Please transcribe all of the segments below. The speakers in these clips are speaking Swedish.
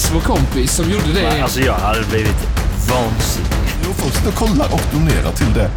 Dennis, vår kompis, som gjorde det. Alltså jag hade blivit vansinnig. Jo, folk sitter och kollar och donerar till det.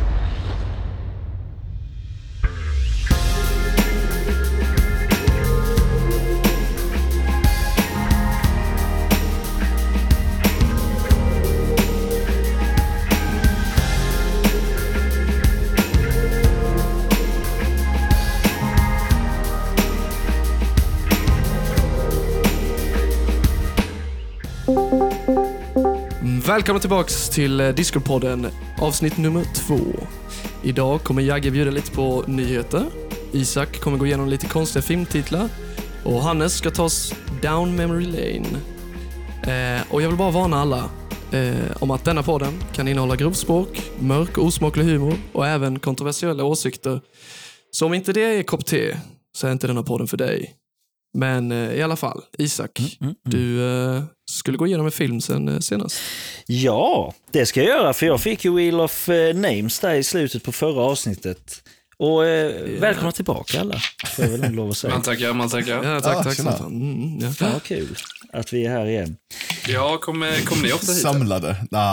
Välkomna tillbaks till Discord-podden, avsnitt nummer 2. Idag kommer Jagge bjuda lite på nyheter. Isak kommer gå igenom lite konstiga filmtitlar. Och Hannes ska ta oss down memory lane. Och jag vill bara varna alla om att denna podden kan innehålla grovspråk, mörk och osmaklig humor och även kontroversiella åsikter. Så om inte det är kopp te så är inte denna podden för dig. Men i alla fall, Isak, du skulle gå igenom en film sen senast. Ja, det ska jag göra, för jag fick ju Wheel of Names där i slutet på förra avsnittet. Och välkomna tillbaka alla, får jag väl lov att säga. Man tackar. Ja, tack. Fan vad kul att vi är här igen. Ja, kom ni ofta hit? Samlade.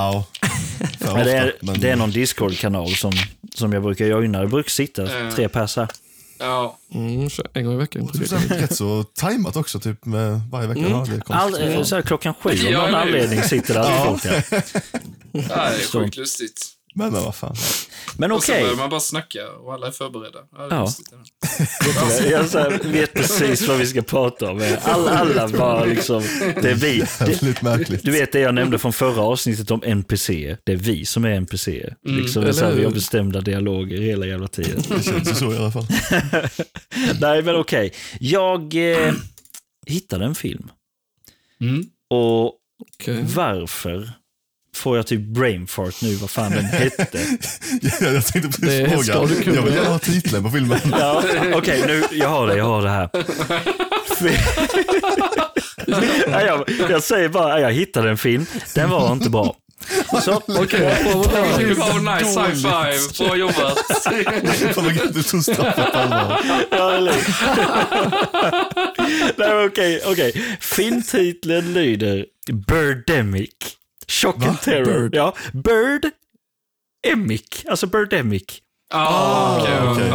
Det är någon Discord-kanal som jag brukar joina. Det brukar sitta 3 personer. Ja. En gång i veckan. Det är rätt så tajmat också, typ med varje vecka. Ja, det är så här, klockan 7 av någon anledning sitter det alltid folk här. Det är sjukt lustigt. Men vad fan. Men okej. Och så okej. börjar man bara snacka och alla är förberedda. Ja. Jag vet precis vad vi ska prata om. Alla bara liksom, det är vi. Lite märkligt. Du vet det jag nämnde från förra avsnittet om NPC. Det är vi som är NPC. Liksom det är så här, vi har bestämda dialoger hela jävla tiden. Det känns så i alla fall. Nej, men okej. Jag hittade en film. Och varför får jag typ brainfart nu vad fan den hette? Jag tänkte precis fråga. Jag vill ha titeln på filmen. Ja, okej, nu jag har det här. Jag säger bara, jag hittade en film. Den var inte bra. Så okej. Nice sci-fi. Bra jobbat. Du tog straffet på allvar. Nej, okej. Filmtiteln lyder Birdemic. Shock and Terror. Bird. Ja, Birdemic. Alltså Birdemic. Okej.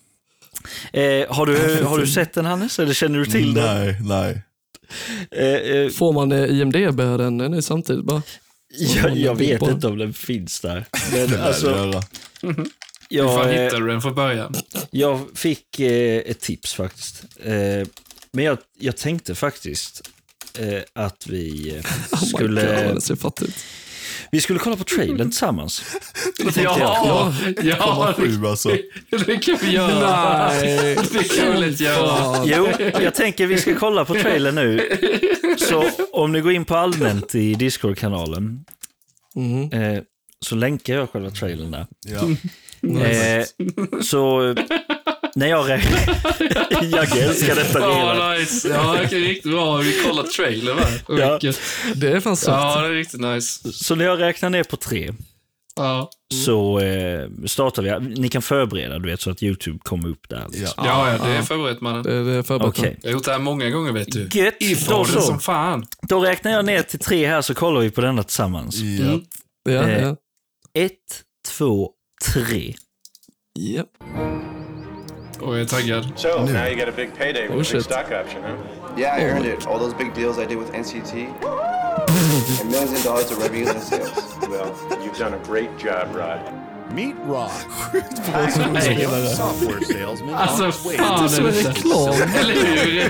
Har du sett den, Hannes? Eller känner du till den? Nej. Får man IMDb den nu samtidigt bara? Jag vet inte om den finns där. Men alltså, jag hittade den från början. Jag fick ett tips faktiskt. Men jag tänkte faktiskt att vi skulle... Vi skulle kolla på trailern tillsammans. Ja. Alltså. Det kan vi göra. Nej. Det kan vi lätt göra. Jo, jag tänker vi ska kolla på trailern nu. Så om ni går in på allmänt i Discord-kanalen så länkar jag själva trailern där. Ja. Så när jag älskar detta redan. Nice. Ja, det är riktigt bra. Vi kollar trailern här. Ja, det är fan så. Ja, det är riktigt nice. Så när jag räknar ner på 3 så startar vi. Ni kan förbereda, du vet, så att YouTube kommer upp där. Liksom. Ja, det är förberett, mannen. Det är förberett. Okay. Jag har gjort det här många gånger, vet du. Gött. Som fan. Då räknar jag ner till 3 här, så kollar vi på denna tillsammans. Ja. 1, 2, 3. Japp. Och jag är taggad. So, now you got a big payday with a big stock option, huh? Yeah, I earned it. All those big deals I did with NCT. And millions of dollars of revenue and sales. Well, you've done a great job, Rod. Meet Rod. Software salesman. Alltså, fan är det reklam. Eller hur?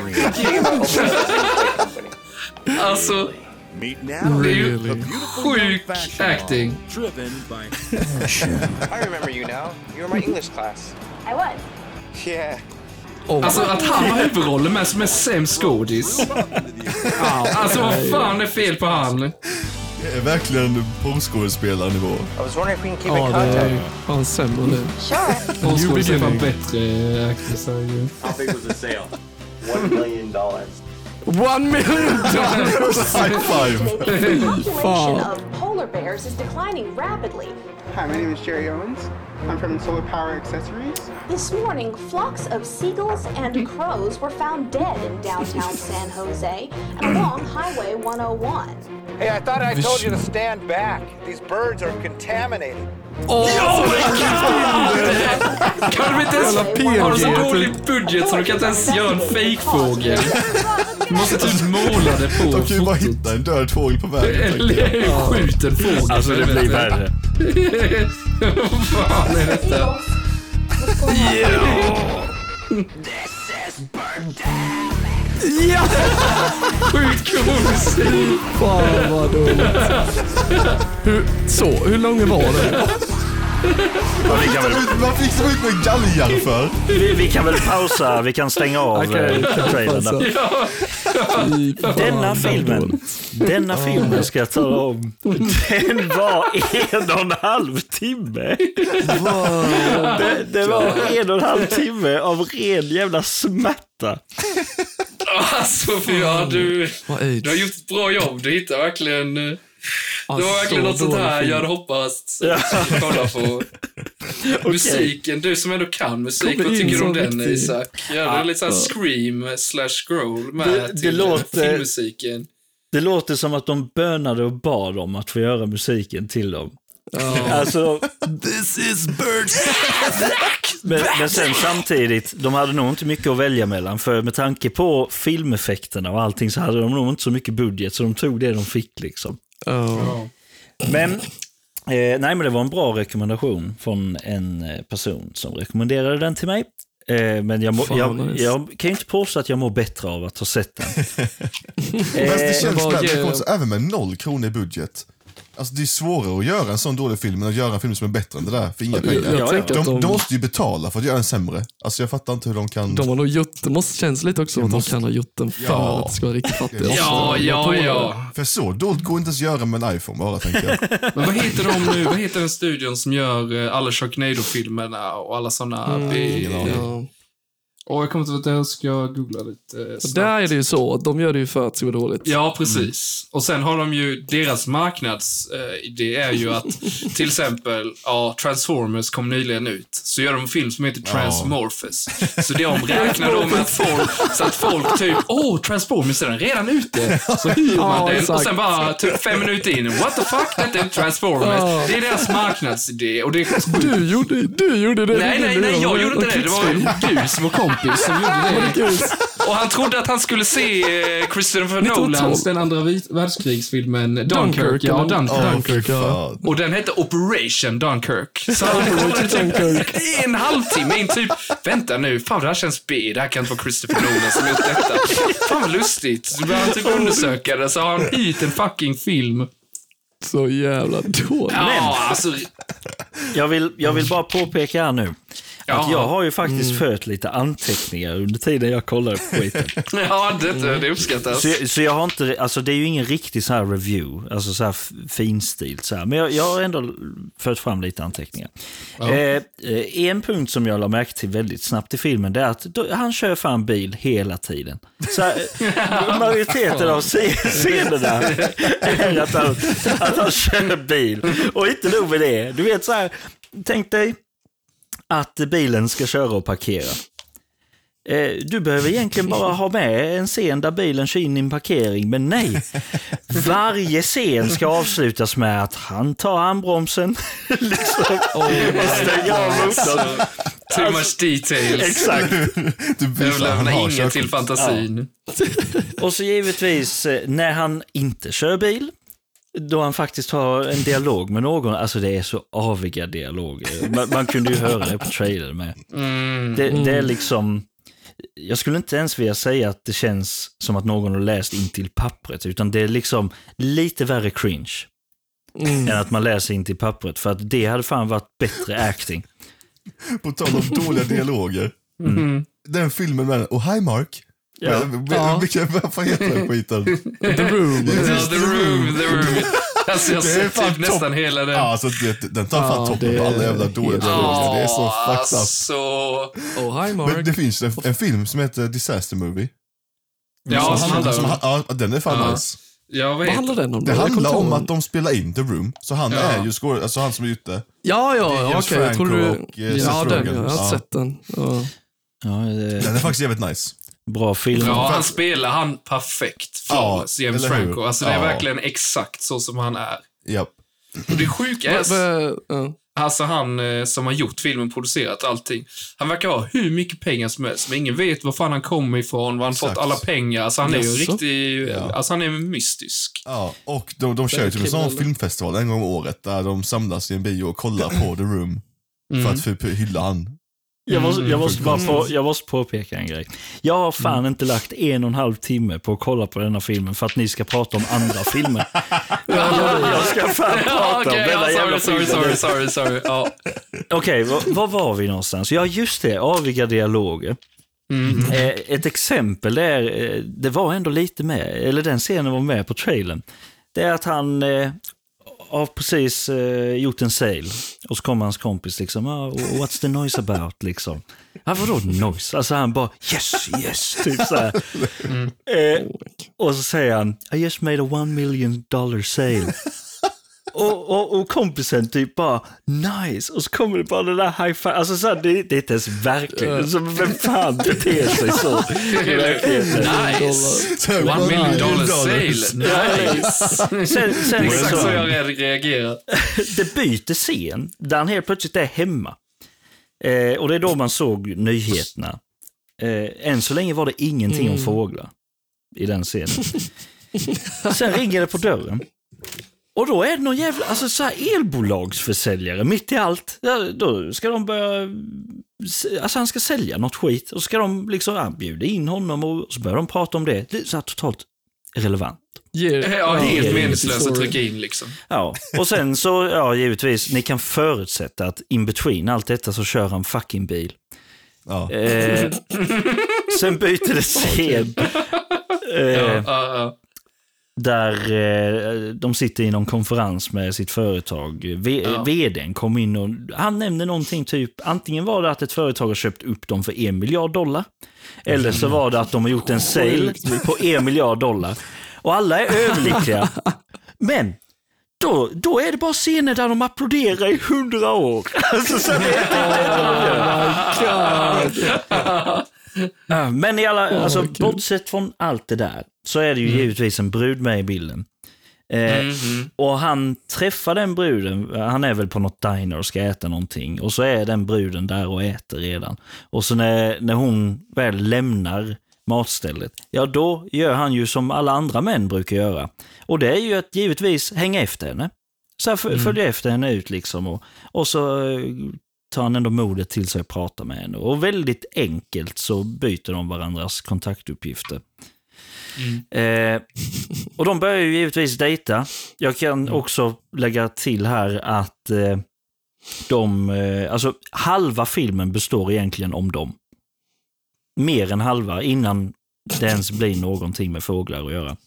Alltså, Meet now. det är ju sjuk acting. Driven by I remember you now. You were my English class. I was. Yeah. Alltså att han har huvudrollen med som är sämst skådis. Alltså vad fan är fel på han? Det är verkligen porrskådespelarnivå. I was wondering if we can keep in Ja, det är contact. fan sämre nu. Sure. Porrskådis är fan bättre actors. How big was the sale? $1 million. $1 million! High five! The population of polar bears is declining rapidly. Hi, my name is Jerry Owens. I'm from Solar Power Accessories. This morning, flocks of seagulls and crows were found dead in downtown San Jose and along Highway 101. Hey, I thought I told you to stand back. These birds are contaminated. Kan du inte ens har du så dålig budget så du kan inte ens göra en fake-fågel? Du måste typ måla det på. De kan ju bara hitta en död fågel på vägen. Eller skjut en fågel. Alltså det blir värre. Vad fan är detta? Ja! Sjukt cool musik. Fan vad dåligt. Hur lång var det? Vad fick de ut med galgar för? Vi kan väl pausa, vi kan stänga av trailern. Denna filmen ska jag tala om. Den var 1,5 timme. Det var 1,5 timme av ren jävla smärta. Alltså, för du har gjort ett bra jobb. Du hittar verkligen... Det var verkligen något sånt här jag hade hoppats kolla på. Musiken, du som ändå kan musik, vad tycker du om den, Isak? Ja, det är lite såhär scream/growl med till filmmusiken. Det låter som att de bönade och bad om att få göra musiken till dem. Alltså, this is birds. men sen samtidigt, de hade nog inte mycket att välja mellan, för med tanke på filmeffekterna och allting så hade de nog inte så mycket budget, så de tog det de fick liksom. Men men det var en bra rekommendation från en person som rekommenderade den till mig. Men jag kan ju inte påstå att jag mår bättre av att ha sett den. Det känns även med 0 kronor i budget. Alltså det är svårare att göra en sån dålig film än att göra en film som är bättre än det där för inga pengar. De måste ju betala för att göra en sämre. Alltså jag fattar inte hur de kan... De har nog gjort, det måste kännas lite också att de kan ha gjort den för att det ska vara riktigt fattigt. Ja. För så dåligt går inte ens göra med en iPhone bara, tänker jag. Men vad heter de nu? Vad heter den studion som gör alla Sharknado-filmerna och alla såna... jag kommer inte att jag ska googla lite snabbt. Där är det ju så, de gör det ju för att det ska vara dåligt. Ja, precis. Och sen har de ju, deras marknadsidé är ju att till exempel, Transformers kom nyligen ut. Så gör de en film som heter Transmorphous. Så de räknar då med att folk typ, Transformers är den redan ute. Så hyr man den och sen bara typ 5 minuter in. What the fuck, det är Transformers. Det är deras marknadsidé. Och det... Du gjorde det. Nej, jag gjorde inte det. Det var du som var kompis som gjorde det. Och han trodde att han skulle se Christopher Nolans den andra världskrigsfilmen Dunkirk. Dunkirk. Och den hette Operation Dunkirk. Så han kollade typ en halvtimme in typ, vänta nu, fan det här känns B. Det här kan inte vara Christopher Nolan som gjort detta. Fan vad lustigt. Så började han typ undersöka det, så har han hyrt en fucking film. Så jävla dåligt. Ja, alltså... Jag vill bara påpeka här nu att jag har ju faktiskt fört lite anteckningar under tiden jag kollade på skiten. Ja, det uppskattas. Så jag har inte, alltså det är ju ingen riktig så här review, alltså så här finstilt så här, men jag har ändå fört fram lite anteckningar. En punkt som jag la märke till väldigt snabbt i filmen, det är att han kör fan bil hela tiden. Så här, majoriteten av scenerna är att han kör bil. Och inte nog med det. Du vet så här, tänk dig att bilen ska köra och parkera. Du behöver egentligen bara ha med en scen där bilen kör in i en parkering, men nej. Varje scen ska avslutas med att han tar handbromsen liksom, och stänger av motorn. Too much details. Exakt. Du lämnar inget till fantasin. Och så givetvis när han inte kör bil, då han faktiskt har en dialog med någon. Alltså det är så aviga dialoger. Man kunde ju höra det på trailer med. Det är liksom... Jag skulle inte ens vilja säga att det känns som att någon har läst in till pappret, utan det är liksom lite värre cringe än att man läser in till pappret, för att det hade fan varit bättre acting. På tal om dåliga dialoger. Den filmen med Hi Mark. Vad heter den skiten? The Room. The Room. Alltså jag ser typ nästan hela den. Alltså den tar fan toppen på alla jävla dåliga dialoger. Det är så fucked up. Hi Mark. Men det finns en film som heter Disaster Movie. Ja, den är fan nice. Vad handlar den om? Det handlar om att de spelar in The Room. Så han är ju alltså han som är ute. Okej. Jag tror du... Jag har sett den. Den är faktiskt jävligt nice. Bra film. Ja, han spelar han perfekt. James Franco. Alltså det är verkligen exakt så som han är. Japp. Och det sjuka är... Alltså han som har gjort filmen, producerat allting. Han verkar ha hur mycket pengar som helst. Men ingen vet var fan han kommer ifrån. Var han fått alla pengar. Alltså han är ju riktigt... Alltså han är mystisk. Ja, och de kör ju typ en sån filmfestival en gång om året. Där de samlas i en bio och kollar på The Room. För att hylla han. Jag måste påpeka en grej. Jag har fan inte lagt 1,5 timme på att kolla på denna filmen för att ni ska prata om andra filmer. Jag ska fan prata om denna jävla filmen. Sorry. Okej, var var vi någonstans? Ja, just det, aviga dialoger. Ett exempel där, det var ändå lite med, eller den scenen var med på trailern. Det är att han har precis gjort en sale och så kommer hans kompis liksom, what's the noise about liksom. Vadå noise? Alltså han bara yes typ så här. Och så säger han, I just made a $1 million sale. Och kompisen typ bara nice, och så kommer det bara det där high five. Alltså så här, det är inte ens verkligen så, vem fan beter sig så. Nice. $1 million sale. Nice. Sen exakt så jag reagerar. Det byter scen där han helt plötsligt är hemma. Och det är då man såg nyheterna. Än så länge var det ingenting om fåglar i den scenen. Sen ringer det på dörren. Och då är det någon jävla, alltså så här elbolagsförsäljare mitt i allt. Då ska de börja, alltså han ska sälja något skit. Och så ska de liksom bjuda in honom och så börjar de prata om det. Det är så här totalt relevant. Helt meningslöst att trycka in liksom. Ja, och sen så, givetvis, ni kan förutsätta att in between allt detta så kör han fucking bil. Ja. Sen byter det scen. Där de sitter i någon konferens med sitt företag. VDn kom in och han nämnde någonting typ, antingen var det att ett företag har köpt upp dem för $1 miljard, eller så var det att de har gjort en sale på $1 miljard. Och alla är överlyckliga. Men då är det bara scener där de applåderar i 100 år. Alltså så men i alla, alltså bortsett från allt det där så är det ju givetvis en brud med i bilden. Och han träffar den bruden, han är väl på något diner och ska äta någonting, och så är den bruden där och äter redan. Och så när hon väl lämnar matstället, då gör han ju som alla andra män brukar göra. Och det är ju att givetvis hänga efter henne. Så här följa efter henne ut liksom, och så tar han ändå modet till sig att prata med henne. Och väldigt enkelt så byter de varandras kontaktuppgifter. Och de börjar ju givetvis dejta. Jag kan också lägga till här att alltså halva filmen består egentligen om dem. Mer än halva innan det ens blir någonting med fåglar att göra.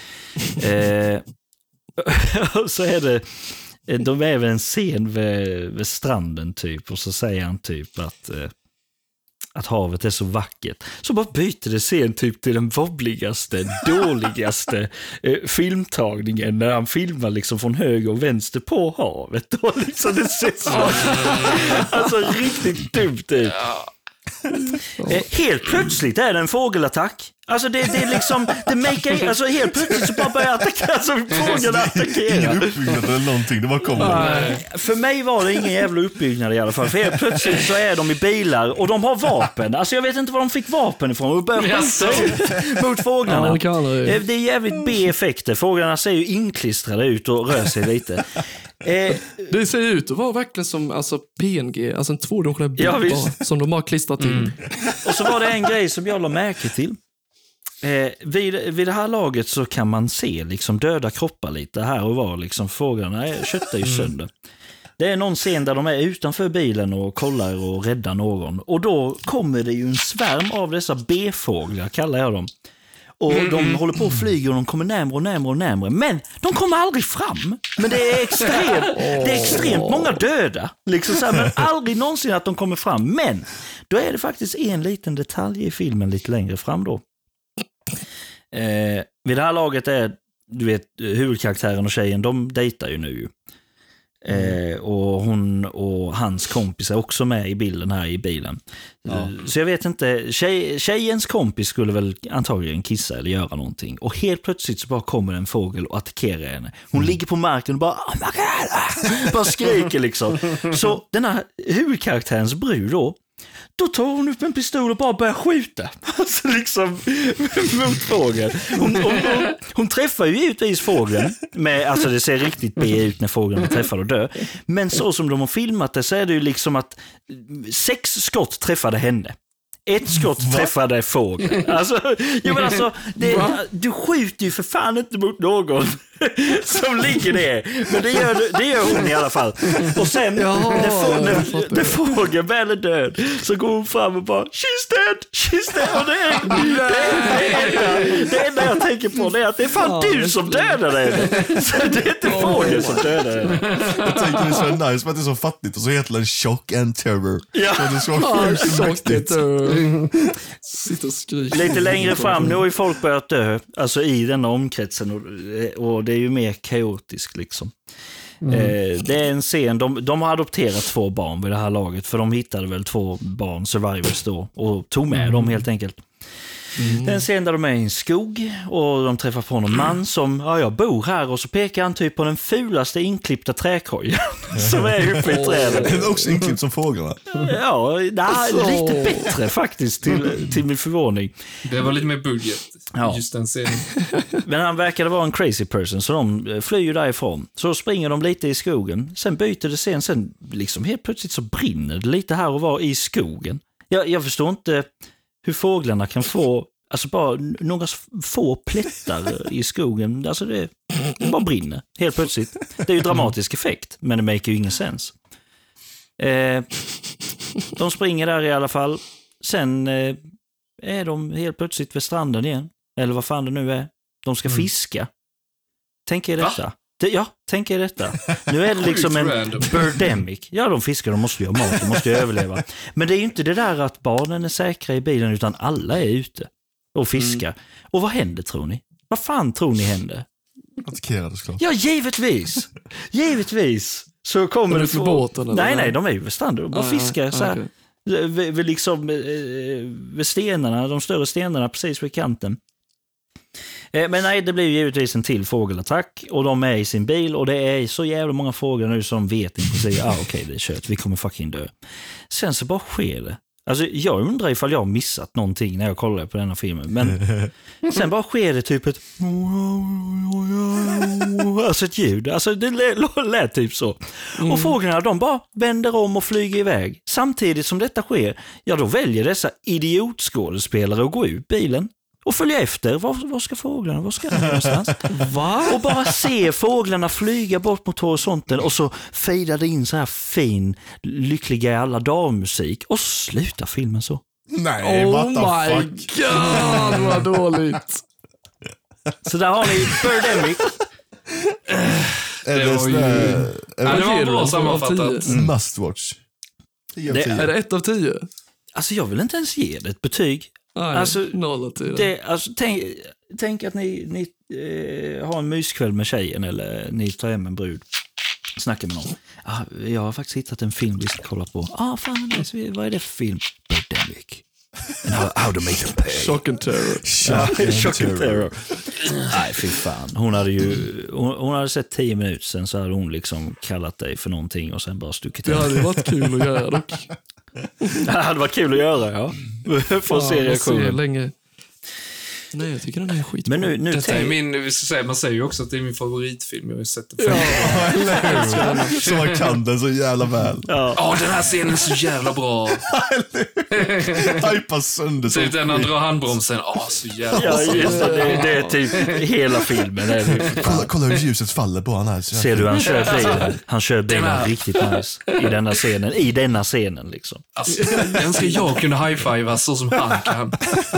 Och så är det, de är väl en scen vid stranden typ, och så säger han typ att havet är så vackert. Så bara byter det scen typ till den wobbligaste, dåligaste filmtagningen när han filmar liksom från höger och vänster på havet. Och liksom det ser så alltså riktigt dumt ut. Helt plötsligt är det en fågelattack. Alltså det är liksom det make, alltså helt plötsligt så bara börjar attackera, alltså fåglarna attackerar. Ingen uppbyggnad eller någonting, det var kommer. För mig var det ingen jävla uppbyggnad i alla fall. För helt plötsligt så är de i bilar och de har vapen. Alltså jag vet inte var de fick vapen ifrån och börjar skjuta mot fåglarna. Det är jävligt B-effekter. Fåglarna ser ju inklistrade ut och rör sig lite. Det ser ut att vara verkligen som alltså PNG, alltså en tvådimensionell bild som de har klistrat till. Och så var det en grej som jag la märke till. Vid det här laget så kan man se liksom döda kroppar lite här och var. Liksom, fåglarna köttar ju sönder. Det är någon scen där de är utanför bilen och kollar och räddar någon. Och då kommer det ju en svärm av dessa B-fåglar, kallar jag dem. Och de håller på att flyga och de kommer närmare och närmare och närmare. Men de kommer aldrig fram. Men det är extremt många döda. Liksom så här, men aldrig någonsin att de kommer fram. Men då är det faktiskt en liten detalj i filmen lite längre fram då. Vid det här laget är du vet, huvudkaraktären och tjejen, de dejtar ju nu. Och hon och hans kompis är också med i bilden här i bilen. Så jag vet inte, tjejens kompis skulle väl antagligen kissa eller göra någonting. Och helt plötsligt så bara kommer en fågel och attackerar henne. Hon ligger på marken och bara, oh my God! Bara skriker liksom. Så den här huvudkaraktärens brud då tar hon upp en pistol och bara börjar skjuta. Alltså liksom mot fågeln. Hon träffar ju givetvis fågeln. Alltså det ser riktigt B ut när fågeln träffar och dör. Men så som de har filmat det så är det ju liksom att 6 skott träffade henne. 1 skott träffade fågeln. Alltså, du skjuter ju för fan inte mot någon som ligger där. Men det gör hon i alla fall. Och sen när fågeln väl är död så går hon fram och bara she's dead. Och det enda jag tänker på det är att det är fan du som dödar henne. Så det är inte fågeln som dödar henne. Jag tänkte det är så nice, men att det är så fattigt och så heter den Shock and Terror. Ja, det är så mäktigt. Sitter och skriker. Lite längre fram, nu har ju folk börjat dö, alltså i den omkretsen och det är ju mer kaotiskt liksom. Det är en scen, de har adopterat 2 barn vid det här laget, för de hittade väl 2 barn, survivors då, och tog med dem helt enkelt. Det är en scen där de är i en skog och de träffar på någon man som, jag bor här, och så pekar han typ på den fulaste inklippta träkojen som är uppe i trädet. Den är också inklippt som fåglarna. Ja, lite bättre faktiskt till min förvåning. Det var lite mer budget, just den scenen. Men han verkade vara en crazy person, så de flyr därifrån. Så springer de lite i skogen, sen byter det scen, sen liksom helt plötsligt så brinner det lite här och var i skogen. Jag förstår inte hur fåglarna kan få, alltså bara några få plättar i skogen, alltså det bara brinner helt plötsligt. Det är ju dramatisk effekt, men det make ju ingen sens. De springer där i alla fall. Sen är de helt plötsligt vid stranden igen, eller vad fan det nu är. De ska fiska. Tänk er detta. Tänk er detta. Nu är det liksom en birdemic. Ja, de fiskar, de måste ju ha mat, de måste ju överleva. Men det är ju inte det där att barnen är säkra i bilen, utan alla är ute och fiskar. Och vad händer, tror ni? Vad fan tror ni händer? Attackerade såklart. Ja, givetvis. Så kommer det för båten. Nej, de är ju vid stranden och bara fiskar så här. Vid liksom vid stenarna, de större stenarna precis vid kanten. Men nej, det blir givetvis en till fågelattack och de är i sin bil och det är så jävla många fåglar nu som vet inte precis, okej, det är kört, vi kommer fucking dö. Sen så bara sker det. Alltså jag undrar ifall jag har missat någonting när jag kollar på denna filmen, men sen bara sker det typ ett alltså ett ljud, alltså det lät typ så. Och fåglarna, de bara vänder om och flyger iväg. Samtidigt som detta sker, då väljer dessa idiotskådespelare att gå ut bilen och följa efter. Var ska fåglarna? Var ska de någonstans? Va? Och bara se fåglarna flyga bort mot horisonten och så fejdar det in så här fin, lyckliga alla dagar-musik och slutar filmen så. Nej, what the fuck? God, vad dåligt. Så där har ni Birdemic. Det var bra sammanfattat. Must watch. Är det 1 av 10? Alltså jag vill inte ens ge det ett betyg. Nej, alltså, 0 av 10. Tänk att ni har en myskväll med tjejen eller ni tar hem en brud. Snackar med någon. Jag har faktiskt hittat en film vi ska kolla på. Fan, vad är det för film? Birdemic. And how to make them pay. Shock and terror. Shock and terror. Nej, fy fan. Hon hade sett 10 minuter sen så hade hon liksom kallat dig för någonting och sen bara stuckit. Det hade varit kul att göra dock. Det hade varit kul att göra, ja. Få se reaktionen. Länge. Nej, jag tycker den är skit. Men nu detta är min, man säger ju också att det är min favoritfilm. Jag har ju sett det. Så man kan den så jävla väl. Ja, den här scenen är så jävla bra. Hypa sönder. Typ den han drar handbromsen. Så jävla bra. Ja, just det. Det är typ hela filmen. Kolla hur ljuset faller på han här. Ser du, han kör bilen riktigt nice i denna scenen liksom. Alltså, den ska jag kunna high-fiva så som han kan.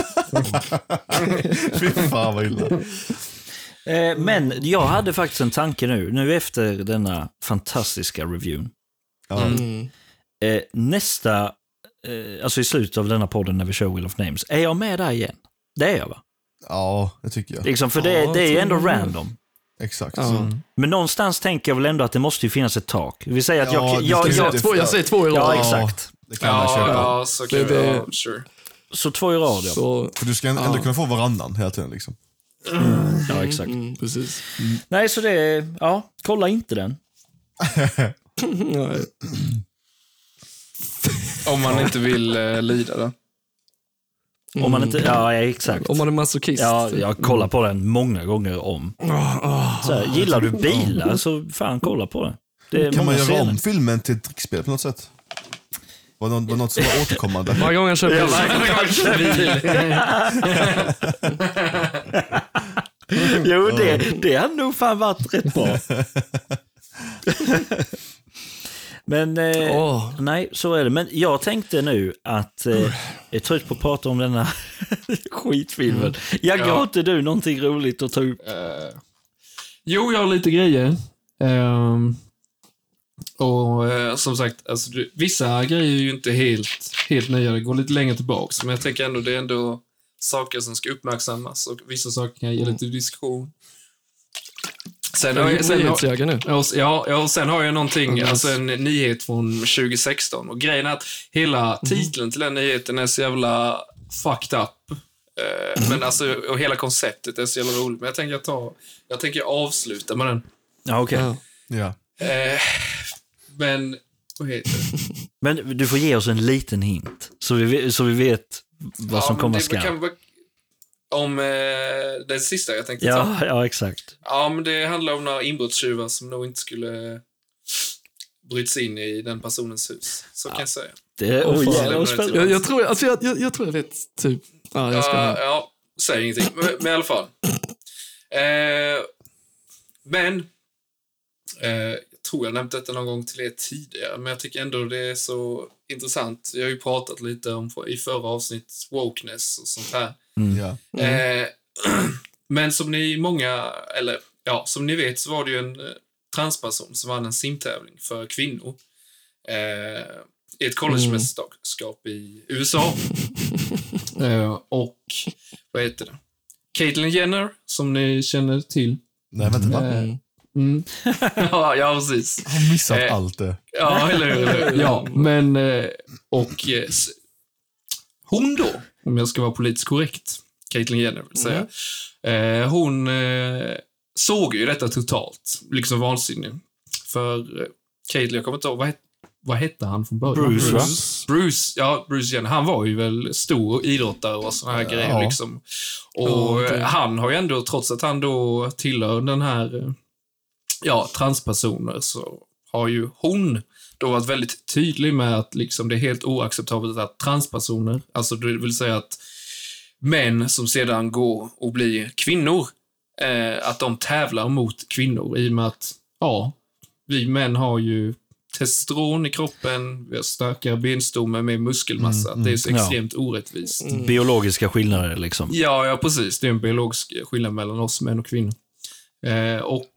Fy fan vad illa. Men jag hade faktiskt en tanke nu efter denna fantastiska review. Nästa, alltså i slutet av denna podden när vi kör Wheel of Names, är jag med där igen? Det är jag, va? Ja, det tycker jag. Liksom, för det är ju ändå random. Exakt. Men någonstans tänker jag väl ändå att det måste ju finnas ett tak. Vi säger att jag säger 2 i rad. Ja, exakt. Det kan man köpa. Ja, så kan det. Sure. Så 2 i rad, ja. För du ska ändå kunna få varannan hela tiden liksom. Ja, exakt. Precis. Nej, så det är... Ja, kolla inte den. Nej. Om man inte vill lida då. Om man inte... Ja, exakt. Om man är masochist. Ja, jag kollar på den många gånger om. Så här, gillar du bilar så fan kolla på det. Det kan man göra om filmen till ett drickspel på något sätt? Var något som var återkommande? Varje gång jag kör bil. Jo, det har nog fan varit rätt bra. Men nej, så är det. Men jag tänkte nu att jag är trött på att prata om denna skitfilmen. Har inte du någonting roligt att ta upp? Jo, jag har lite grejer. Och som sagt, alltså, vissa grejer är ju inte helt nya. Det går lite längre tillbaka. Men jag tänker ändå, det är ändå saker som ska uppmärksammas. Och vissa saker kan ge lite diskussion. Sen har jag någonting, alltså en nyhet från 2016. Och grejen är att hela titeln till den nyheten är så jävla fucked up. Men alltså, och hela konceptet är så jävla roligt. Men jag tänker avsluta med den. Ja, okej. Ja. Men, vad heter det? Men du får ge oss en liten hint. Så vi vet vad som kommer skall. Om den sista jag tänkte ta. Ja, exakt. Ja, men det handlar om några inbrottstjuvar som nog inte skulle bryts in i den personens hus. Så kan jag säga. Jag tror jag vet typ. Ja, säg ingenting. Men i alla fall. Jag tror jag nämnt detta någon gång till er tidigare, men jag tycker ändå det är så intressant. Jag har ju pratat lite om i förra avsnitt wokeness och sånt här. Men som ni vet så var det ju en transperson som vann en simtävling för kvinnor i ett college-mästerskap i USA. Och vad heter det? Caitlyn Jenner, som ni känner till. Nej, vänta, ja, precis. Jag har missat allt det. Ja, eller hur? Ja, men hon då, om jag ska vara politiskt korrekt, Caitlyn Jenner vill säga, hon såg ju detta totalt, liksom vansinnig. För Caitlyn, jag kommer inte ihåg, vad hette han från början? Bruce Jenner, han var ju väl stor idrottare och såna här grejer liksom. Och han har ju ändå, trots att han då tillhör den här transpersoner, så har ju hon då varit väldigt tydlig med att liksom det är helt oacceptabelt att transpersoner, alltså det vill säga att män som sedan går och blir kvinnor, att de tävlar mot kvinnor i och med att vi män har ju testosteron i kroppen, vi har starkare benstommar med muskelmassa. Det är så extremt orättvist. Biologiska skillnader liksom. Ja, precis. Det är en biologisk skillnad mellan oss män och kvinnor. Och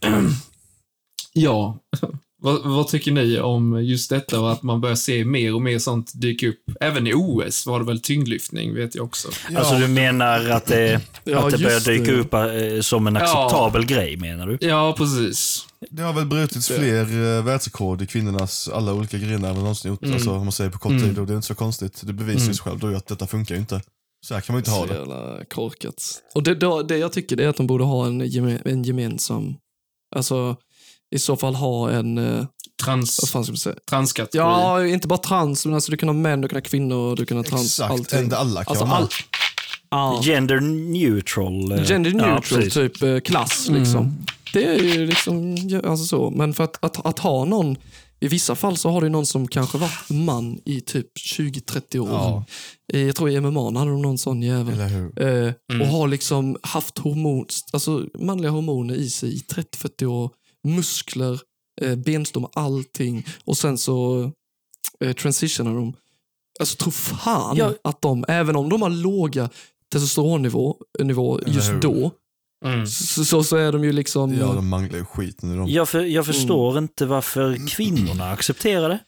vad tycker ni om just detta och att man börjar se mer och mer sånt dyka upp? Även i OS var det väl tyngdlyftning, vet jag också. Alltså du menar att det börjar dyka upp som en acceptabel grej, menar du? Ja, precis. Det har väl brutits fler världsrekord i kvinnornas alla olika grenar än vad någonsin gjort. Alltså, om man säger på kort tid, och det är inte så konstigt. Det bevisar sig själv då att detta funkar ju inte. Så här kan man ju inte ha det. Så jävla korkat. Och det jag tycker det är att de borde ha en gemensam, alltså i så fall ha en transkategori. Ja, inte bara trans, men alltså du kan ha män, du kan ha kvinnor, du kan ha trans. Exakt, inte alla kan ha. Gender neutral. Typ klass liksom. Det är ju liksom alltså så, men för att ha någon, i vissa fall så har du någon som kanske varit man i typ 20-30 år. Jag tror i MMA hade de någon sån jävel. Och har liksom haft manliga hormoner i sig i 30-40 år, muskler, benstommar, allting. Och sen så transitionar de. Alltså tro fan att de, även om de har låga testosteronnivå just då, så är de ju liksom... Ja, de manglar ju skiten i dem. Jag förstår inte varför kvinnorna accepterar det.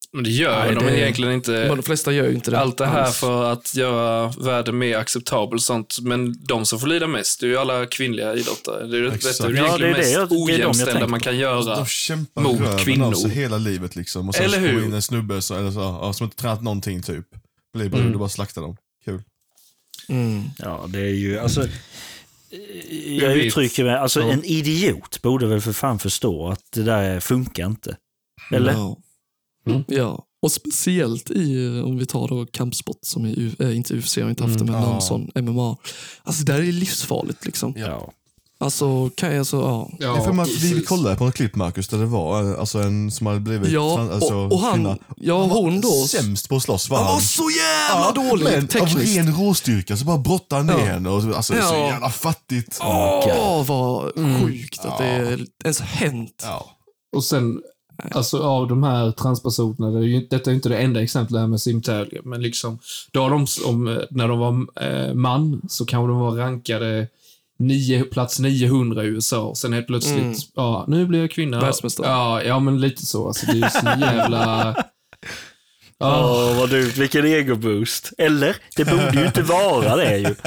Men det gör de egentligen inte. De flesta gör ju inte det. Allt det här för att göra världen mer acceptabel sånt. Men de som får lida mest, det är ju alla kvinnliga idrottare. Det är ju egentligen mest ojämställda man kan göra de kämpar mot kvinnor. Alltså hela livet liksom. Och sen eller hur? kommer in en snubbe som inte tränat någonting typ. Blir bara, du bara slaktar dem. Kul. Ja, det är ju, alltså... Jag uttrycker mig, alltså en idiot borde väl för fan förstå att det där funkar inte. Eller? Ja, och speciellt om vi tar då kampsport som inte UFC, jag har inte haft det, men någon sån MMA. Alltså där är det livsfarligt liksom. Ja. Alltså kan jag Jag för mig att vi kollade på en klipp, Marcus, där det var alltså en som hade blivit och han, hon då sämst på att slåss var han var så jävla dålig men tekniskt. Av ren råstyrka så bara brottade han ner henne och alltså så jävla fattigt. Vad sjukt att det ens hänt. Och sen alltså av de här transpersonerna, detta är inte det enda exemplet här med simtävlingar, men liksom då när de var man så kanske de var rankade plats 900 i USA. Sen helt plötsligt, nu blir jag kvinna. Världsmästare. Ja, men lite så. Alltså, det är så jävla... vad du, vilken ego-boost. Eller? Det borde ju inte vara det ju.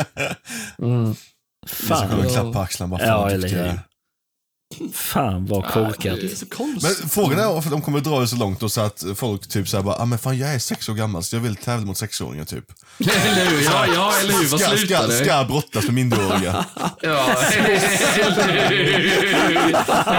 Fan. Jag klapp på axlarna bara eller fan vad korkat. Men frågan är om de kommer dra det så långt och så att folk typ såhär bara, men fan jag är 6 år gammal så jag vill tävla mot 6-åringar typ. Eller hur? Ja, eller hur? Vad slutar det? Ska brottas med minderåriga. Ja, eller hur?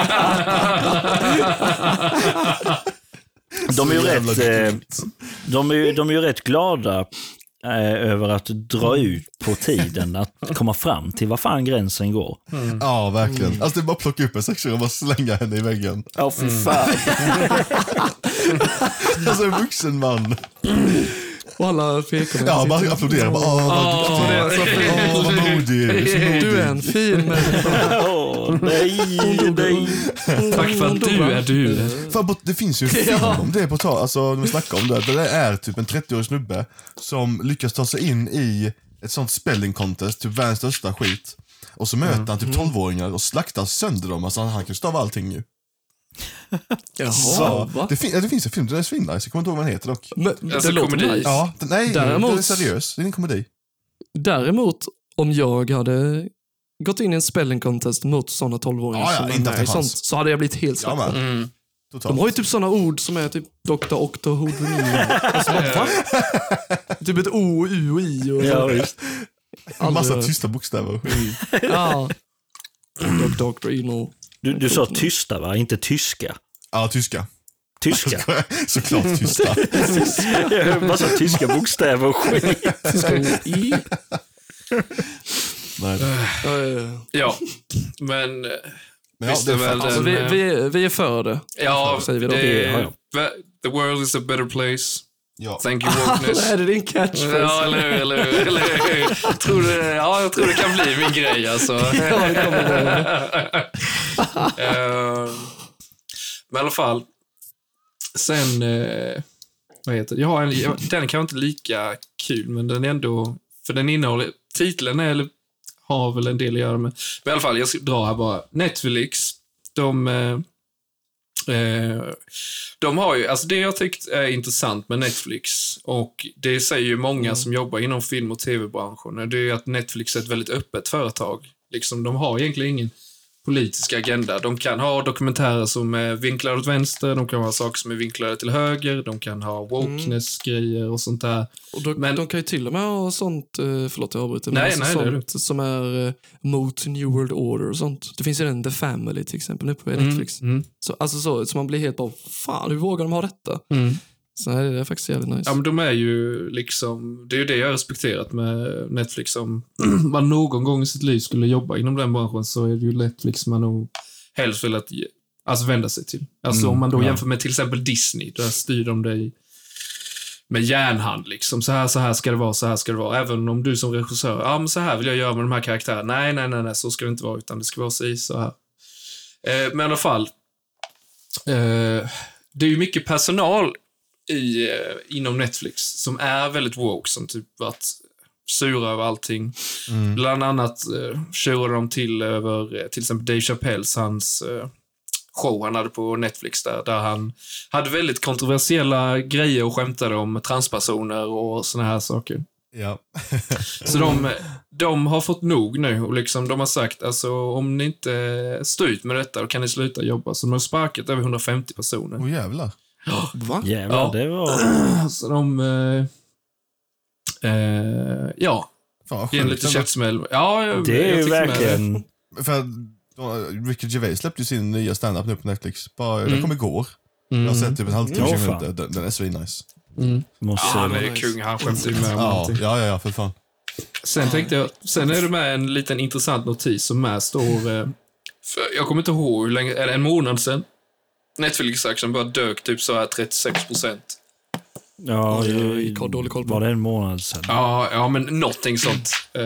De är ju rätt glada över att dra ut på tiden att komma fram till vad fan gränsen går. Ja, verkligen. Alltså det är bara att plocka upp en 6-åring och bara slänga henne i väggen. Ja, för fan. Alltså en vuxen man. Och alla pekar. Ja, man applåderar. Vad modig. Du är en fin människa. Nej. Tack för att du är du. Det finns ju film om det på tal. Alltså, de snackar om det. Det är typ en 30-årig snubbe som lyckas ta sig in i ett sånt spelling contest, typ världens största skit. Och så möter han typ 12-åringar och slaktar sönder dem. Alltså han kan stava allting ju. Jaha, det finns en film, den är svinnice. Jag kommer inte ihåg vad den heter dock. Det låter nice. Ja, den är seriös. Det är en komedi. Däremot, om jag hade gått in i en spelling contest mot sådana 12-åringar som så hade jag blivit helt slappad. De har ju typ sådana ord som är typ Dr. Octohodoni. Alltså, typ ett O, U och I. Och just. Massa tysta bokstäver. Ja. Dr. Du sa tysta, va? Inte tyska. Ja, tyska. Tyska? Såklart tysta. Massa tyska bokstäver och skit. Tyska I. Nej. Ja, men visst är väl alltså, vi är för det. Ja, säger vi då. The world is a better place. Ja. Thank you, wokeness. Är det din catchphrase? Ja, eller hur? Jag tror det kan bli min grej, alltså. Ja, det kommer men i alla fall. Sen, vad heter det? Den är kanske inte lika kul, men den är ändå, för den innehåller, titeln har väl en del att göra med. Men i alla fall, jag ska dra här bara. Netflix, de har ju, alltså det jag tyckt är intressant med Netflix, och det säger ju många som jobbar inom film- och tv-branschen, det är ju att Netflix är ett väldigt öppet företag. Liksom, de har egentligen ingen politisk agenda. De kan ha dokumentärer som är vinklade åt vänster, de kan ha saker som är vinklade till höger, de kan ha wokeness-grejer och sånt där. Och men de kan ju till och med ha sånt, förlåt jag avbryter, nej, sånt som är mot New World Order och sånt. Det finns ju den The Family till exempel nu på Netflix. Så, alltså så man blir helt bara, fan, hur vågar de ha detta? Så det är faktiskt jävligt nice. Ja, men de är ju liksom, det är ju det jag har respekterat med Netflix. Om man någon gång i sitt liv skulle jobba inom den branschen, så är det ju Netflix man nog helst vill att vända sig till. Alltså om man då jämför med till exempel Disney, där styr de dig med järnhand liksom. Så här ska det vara, så här ska det vara. Även om du som regissör, men så här vill jag göra med de här karaktärerna. Nej, så ska det inte vara, utan det ska vara så här. Men i alla fall, det är ju mycket personal inom Netflix som är väldigt woke, som typ varit sura över allting. Bland annat tjurar de till exempel Dave Chappelles, hans show han hade på Netflix där han hade väldigt kontroversiella grejer och skämtade om transpersoner och såna här saker. Ja. Så de har fått nog nu och liksom de har sagt alltså om ni inte står ut med detta då kan ni sluta jobba. Så de har sparkat över 150 personer. Jävlar. Va? Jävlar, det var... Så de det är en lite käftsmäll. Ja, det är ju verkligen... För Ricky Gervais släppte ju sin nya stand-up nu på Netflix. Den kom igår. Jag har sett typ en halvtimme, 20 minuter. Den är svin-nice. Han är kung, han skämtar ju med någonting. Ja, för fan. Sen är det med en liten intressant notis som med står... jag kommer inte ihåg hur länge, eller en månad sedan. Netflix-aktien bara dök typ så här 36%. Ja, jag har dålig koll på. Var det en månad sedan? Ja, men någonting sånt.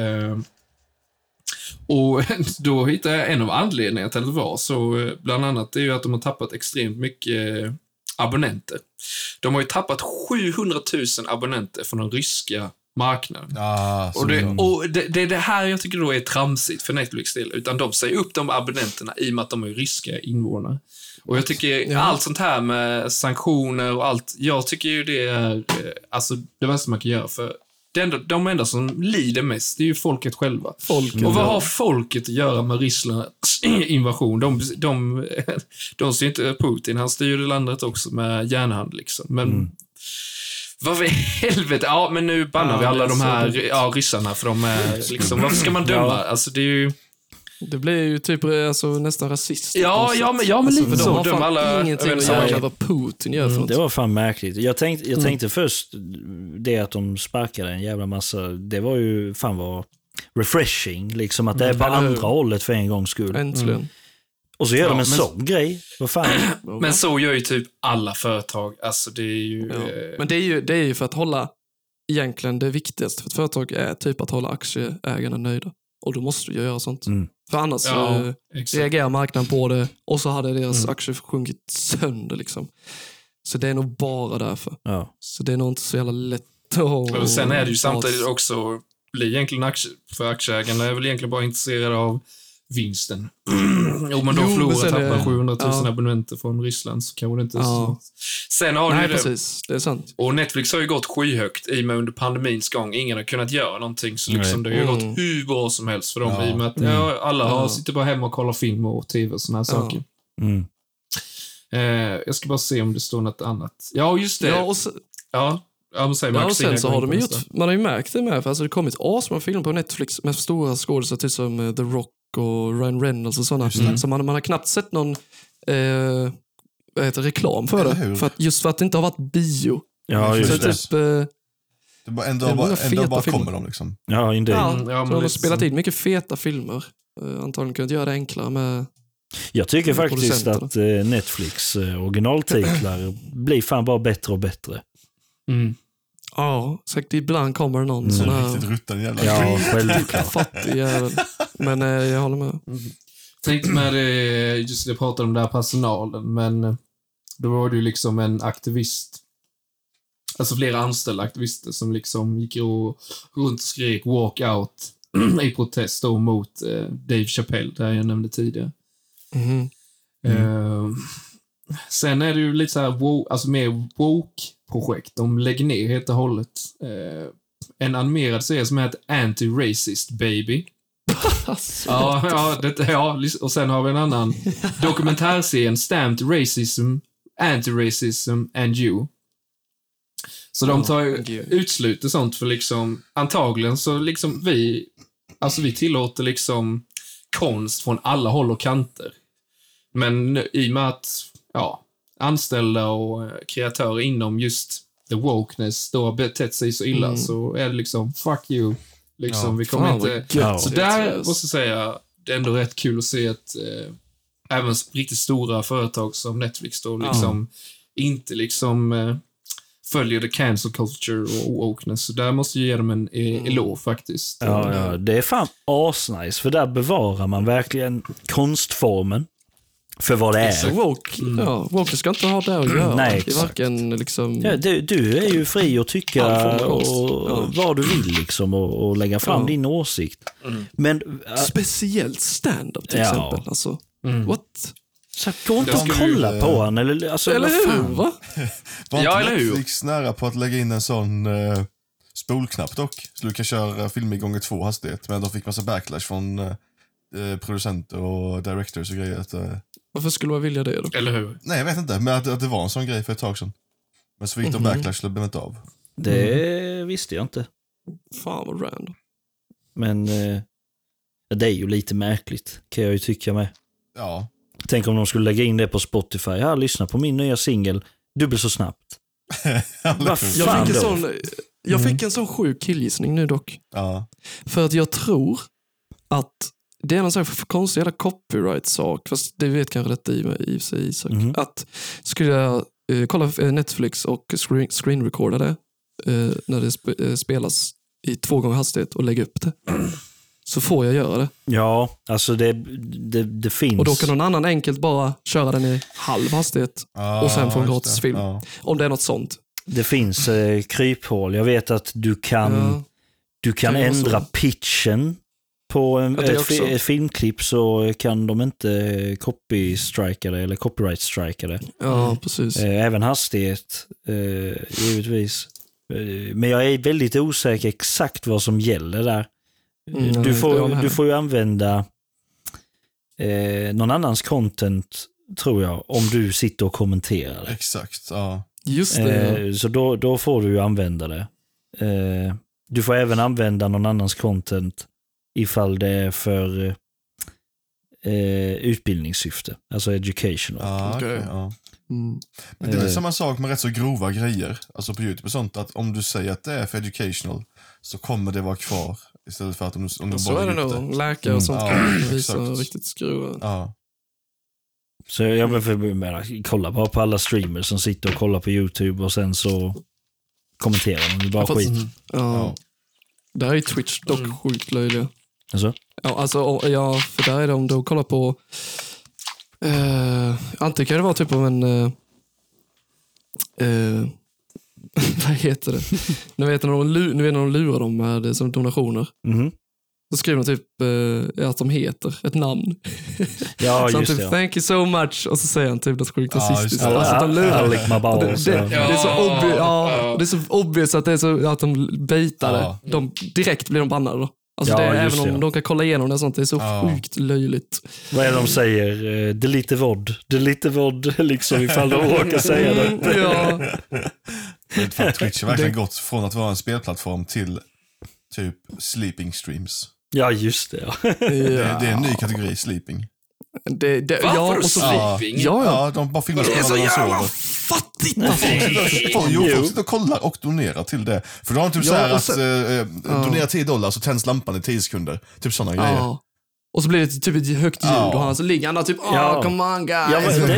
Och då hittade jag en av anledningarna till att det var så. Bland annat är ju att de har tappat extremt mycket abonnenter. De har ju tappat 700 000 abonnenter från den ryska marknaden. Och det är det här jag tycker då är tramsigt för Netflix del. Utan de säger upp de abonnenterna i och med att de är ryska invånare. Och jag tycker allt sånt här med sanktioner och allt, jag tycker ju det är alltså det värsta man kan göra för de enda som lider mest det är ju folket själva. Och vad har folket att göra med Rysslands invasion? De ser inte Putin, han styr landet också med järnhand liksom. Men vad i helvete? Ja, men nu bannar vi alla de här ryssarna för de är liksom, varför ska man döma? Alltså det är ju det blir ju typ alltså, nästan rasist. Ja, men lite så. De har alla ingenting att göra med vad Putin gör för något. Det var fan märkligt. Jag tänkte först det att de sparkade en jävla massa. Det var ju fan var refreshing. Liksom att det är på andra hållet för en gångs skull. Äntligen. Och så gör de en sån grej. Vad fan? Men så gör ju typ alla företag. Alltså det är ju... Men det är ju för att hålla egentligen det viktigaste för ett företag är typ att hålla aktieägarna nöjda. Och då måste du göra sånt. För annars reagerar marknaden på det och så hade deras aktier sjunkit sönder liksom. Så det är nog bara därför. Så det är nog inte så jävla lätt och sen är det ju samtidigt också blir egentligen för aktieägarna är väl egentligen bara intresserade av vinsten. Om man då tappar 700 000 abonnenter från Ryssland så kan det inte så. Sen har det precis, det är sant. Och Netflix har ju gått skyhögt i och med under pandemins gång. Ingen har kunnat göra någonting så liksom det har ju gått hur bra som helst för dem i och med att alla sitter bara hemma och kollar film och tv och såna här saker. Jag ska bara se om det står något annat. Ja, just det. Och sen så har de gjort, man har ju märkt det med för alltså det kommit asmånga filmer på Netflix med stora skådespelare typ som The Rock och Ryan Reynolds och sådana. Så man har knappt sett någon reklam för det. För att det inte har varit bio. Ja, just det. Typ, det bara ändå bara kommer de liksom. Ja, så de har spelat in mycket feta filmer. Antagligen kunnat göra det enklare med. Jag tycker faktiskt att Netflix originaltitlar blir fan bara bättre och bättre. Ja, säkert ibland kommer det någon sån här riktigt rutten jävla självklart. Fattig jävel. Men jag håller med. Tänkte med det, just det jag pratade om där personalen, men då var det ju liksom en aktivist, alltså flera anställda aktivister som liksom gick runt och skrek walk out i protest då mot Dave Chappelle, där jag nämnde tidigare. Sen är det ju lite så här alltså mer woke-projekt. De lägger ner helt och hållet. En animerad serie som heter Anti-Racist Baby. Och sen har vi en annan dokumentärserien Stamped Racism, Anti-Racism and You. Så de tar utsluter sånt för liksom antagligen så liksom vi tillåter liksom konst från alla håll och kanter. Men i och med att anställda och kreatörer inom just the wokeness då har betett sig så illa så är det liksom fuck you. Liksom, vi kommer inte... Så där måste jag säga, det är ändå rätt kul att se att även riktigt stora företag som Netflix då liksom inte liksom följer the cancel culture och wokeness. Så där måste jag ge dem en eloge faktiskt. Ja, det är fan asnice, för där bevarar man verkligen konstformen för vad det är. Woke ska inte ha det att göra. Nej, det är varken liksom... du är ju fri att tycka och vad du vill liksom och lägga fram din åsikt. Men speciellt stand-up till exempel. Alltså, what? Så gå inte och kolla på han. Eller hur, va? Ja, eller hur? Netflix nära på att lägga in en sån spolknapp dock. Så du kan köra filmer gånger 2 hastighet. Men de fick massa backlash från producenter och directors och grejer. Varför skulle man vilja det då? Eller hur? Nej, jag vet inte. Men att det var en sån grej för ett tag sedan. Men så fick de backlash så det blev inte av. Det visste jag inte. Fan vad random. Men det är ju lite märkligt, kan jag ju tycka med. Ja. Tänk om de skulle lägga in det på Spotify. Ja, lyssna på min nya singel dubbelt så snabbt. Jag fick en sån sjuk killgissning nu dock. Ja. För att jag tror att det är någon sån här konstig jävla copyright-sak, fast det vet kanske detta i sig, Isak. Att skulle jag kolla Netflix och screenrecorda det när det spelas i 2 gånger hastighet och lägga upp det, så får jag göra det. Ja, alltså det finns. Och då kan någon annan enkelt bara köra den i halv hastighet och sen få en gratis film. Om det är något sånt. Det finns kryphål. Jag vet att du kan ändra pitchen på ett filmklipp, så kan de inte copy-strika det eller copyright-strika det. Ja, precis. Även hastighet, givetvis. Men jag är väldigt osäker exakt vad som gäller där. Du får ju använda någon annans content, tror jag, om du sitter och kommenterar det. Exakt, ja. Just det. Så då får du ju använda det. Du får även använda någon annans content ifall det är för utbildningssyfte, alltså educational. Okay, ja. Men det är väl samma sak med rätt så grova grejer, alltså på YouTube och sånt, att om du säger att det är för educational så kommer det vara kvar istället för att om du så är det nog läkare och sånt kan visa riktigt skruva. Ja. Så jag menar, kolla bara på alla streamers som sitter och kollar på YouTube och sen så kommenterar de bara skit. Ja. Där är ju Twitch dock sjukt löjliga. Alltså? Ja, för där är de då kollar på antingen kan det vara typ av en vad heter det? Nu vet när de lurar dem med som donationer. Så skriver de typ att de heter ett namn. Ja, så just typ, det. Ja. Thank you so much. Och så säger han typ något sjukt rasistiskt. Det är så obvious att det är så att de baitar det. Direkt blir de bannade då. Alltså även om de kan kolla igenom det och sånt, det är så sjukt löjligt. Vad är det de säger? Delete vod, liksom, ifall de råkar säga det. Ja. För Twitch har verkligen gått från att vara en spelplattform till typ sleeping streams. Ja, just det. Ja. Det är en ny kategori, sleeping. Varför sleeping? Ja, de bara filmar när de sover. Fattigt! Folk sitter och kollar och donerar till det. För då har de typ såhär att donera $10 så tänds lampan i 10 sekunder. Typ sådana grejer. Och så blir det typ ett högt ljud och han så ligger han där typ come on guys. Ja, men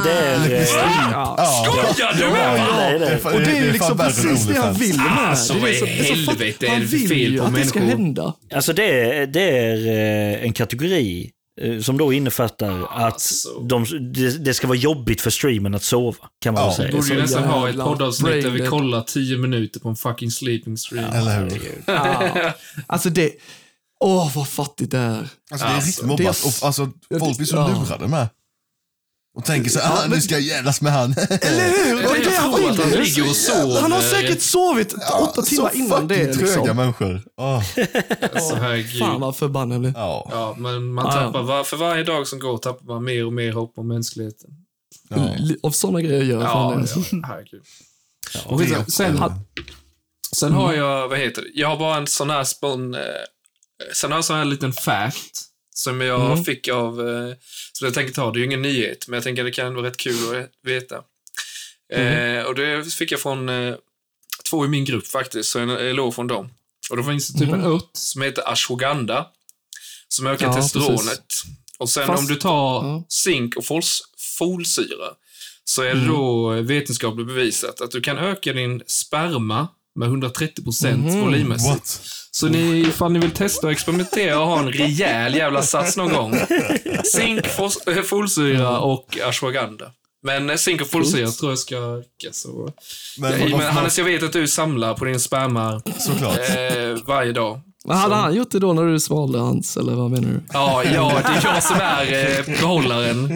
skojar du med mig? Och det är ju liksom precis det han vill med. Alltså vad i helvete är det fel på människor? Det ska hända. Alltså det är en kategori som då innefattar att det ska vara jobbigt för streamen att sova, kan man väl säga. Då borde ju nästan ha ett poddavsnitt där vi kollar 10 minuter på en fucking sleeping stream. Eller hur? Alltså det... vad fattigt det är. Alltså det är riktigt mobbat. Alltså, folk blir så lurade med. Och tänker så nu ska jag jävlas med han. Eller hur? Och det han vill. Han ligger och sover. Han har säkert sovit 8 timmar innan det. Så fucking tröga människor. Alltså, fan vad förbannad jag blir. Ja, men man tappar, för varje dag som går tappar man mer och mer hopp om mänskligheten. Av sådana grejer gör jag. Herregud. Och sen har jag, vad heter det? Jag har bara en sån här sen har jag en sån här liten fact som jag fick av, så jag tänker ta, det är ju ingen nyhet, men jag tänker att det kan vara rätt kul att veta. Och det fick jag från 2 i min grupp faktiskt, så jag låg från dem. Och då finns det typ en ört som heter ashwagandha som ökar testosteronet. Och sen om du tar zink och folsyra så är det då vetenskapligt bevisat att du kan öka din sperma med 130% volymmässigt. Så ifall ni vill testa och experimentera och ha en rejäl jävla sats någon gång. Zink, folsyra och ashwagandha. Men zink och folsyra tror jag ska räcka. Men Hannes, jag vet att du samlar på din sperma varje dag. Men hade han gjort det då när du svalde hans, eller vad menar du? Ja, det är jag som är behållaren.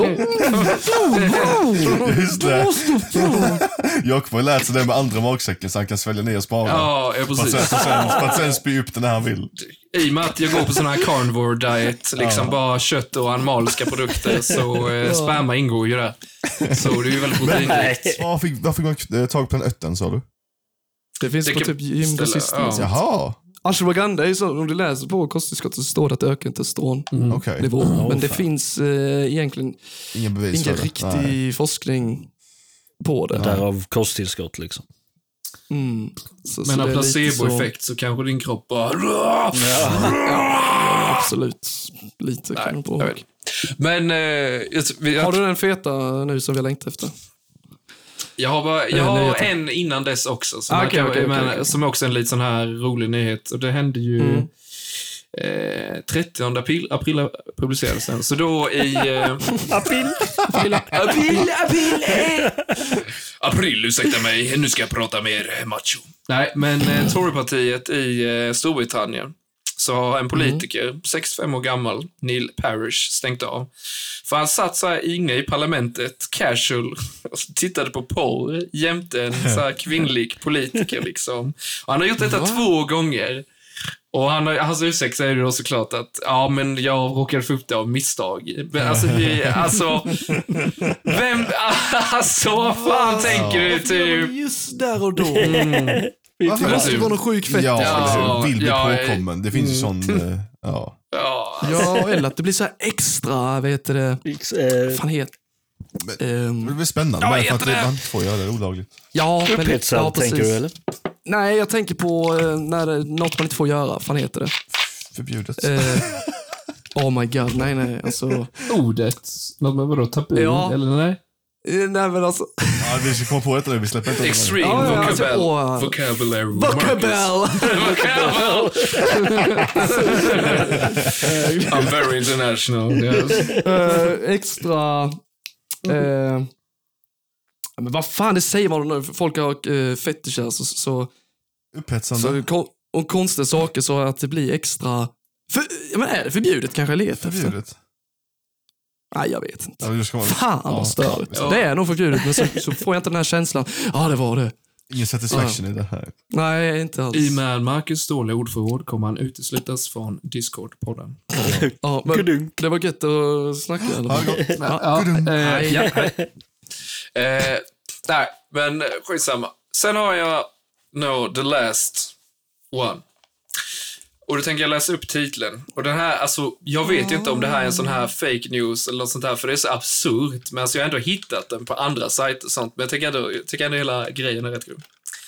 Just det. Jakob har lärt sig det med andra magsäcken så han kan svälja ner och spara. Ja, precis. För att sen spy upp den här han vill. I och med att jag går på sån här carnivore diet, liksom bara kött och animaliska produkter, så sperma ingår ju där. Så det är ju väldigt proteinrikt. Varför fick man tag på den ötten, sa du? Det finns på typ gymgrossisten. Jaha. Ashwagandha är så, om du läser på kosttillskottet så står det att det ökar testosteronnivå. Men det finns egentligen ingen riktig forskning på det. Därav kosttillskott liksom. Men av placeboeffekt så kanske din kropp bara... Ja, absolut. Lite kan på. Men... har du den feta nu som vi har längtat efter? Jag har en innan dess också som, som är också en lite sån här rolig nyhet. Och det hände ju 30 april publicerades den. Så då i... April, ursäkta mig. Nu ska jag prata mer macho. Nej, men Torypartiet i Storbritannien, så har en politiker, 65 år gammal, Neil Parish, stängt av. För han satt så här inne i parlamentet, casual, och tittade på porr jämte en så här kvinnlig politiker liksom. Och han har gjort detta 2 gånger. Och hans ursäkt är ju då såklart att men jag råkade få upp det av misstag. Men vad fan tänker du typ? Just där och då. Det måste ju vara någon sjuk fett. Vill bli påkommen. Det finns ju sån... eller att det blir så här extra, vet du det. Fan helt... det blir spännande, för att man får göra det olagligt. Ja, men precis. Tänker du, eller? Nej, jag tänker på när det är något man inte får göra. Fan heter det? Förbjudet. Oh my god, nej. Alltså... Ordet? Något med vadå? Tabu? Ja. Eller nej? Nej, men alltså... vi ska komma på detta nu, vi släpper inte Extreme vocabulary. I'm very international. Yes. Extra... men vad fan, det säger man nu. Folk har fetischer så upphetsande. Och konstiga saker så att det blir extra... men är det förbjudet kanske jag letar förbjudet? Efter? Nej, jag vet inte. Ja, fan vad störigt. Ja. Det är nog förbjudet, men så får jag inte den här känslan. Ja, det var det. Ingen satisfaction i det här. Nej, inte alls. I med Marcus dåliga ordförråd kommer han uteslutas från Discord-podden. Ja, men det var gött att snacka. Nej, men skitsamma. Sen har jag the last one. Och då tänker jag läsa upp titeln. Och den här, alltså, jag vet ju inte om det här är en sån här fake news eller något sånt här, för det är så absurt. Men alltså, jag har ändå hittat den på andra sajter och sånt. Men jag tycker ändå hela grejen är rätt grov.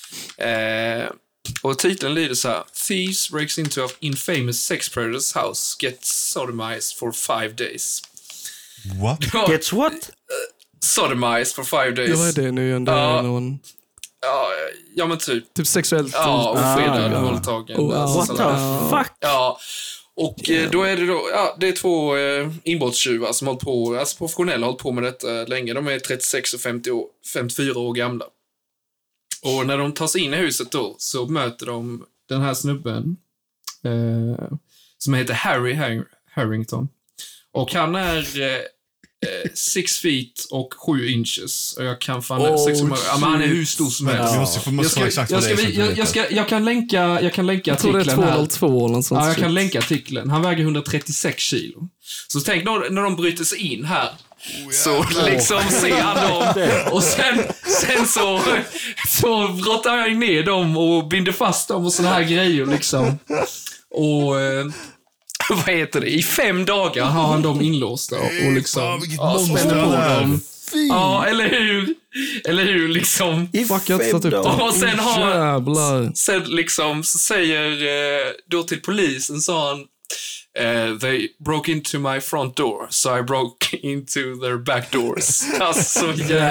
Och titeln lyder så här: Thieves breaks into an infamous sex predator's house, gets sodomized for 5 days. What? Gets what? Sodomized for 5 days. Ja, vad är det nu ändå? Någon... Ja, men typ sexuellt. Ja, ofredad, våldtagen. What the fuck? Ja, och då är det det är 2 inbrottstjuvar som hållit på, alltså professionella hållit på med detta länge. De är 36 och 54 år gamla. Och när de tar sig in i huset då, så möter de den här snubben som heter Harry Harrington. Och han är 6 feet och 7 inches. Och jag kan fan men han är hur stor som helst. Jag kan länka artikeln här. Jag tror det är 202 eller något sånt. Ja, jag kan länka artikeln. Han väger 136 kilo. Så tänk när de bryter sig in här. Så liksom ser han dem. Och sen så brottar jag ner dem och binder fast dem och såna här grejer liksom. Och vad heter det? I 5 dagar har han dem inlåsta och liksom spänner på dem. Ja, eller hur liksom. Och sen har sen liksom så säger då till polisen sa han they broke into my front door, so I broke into their back doors. Alltså, det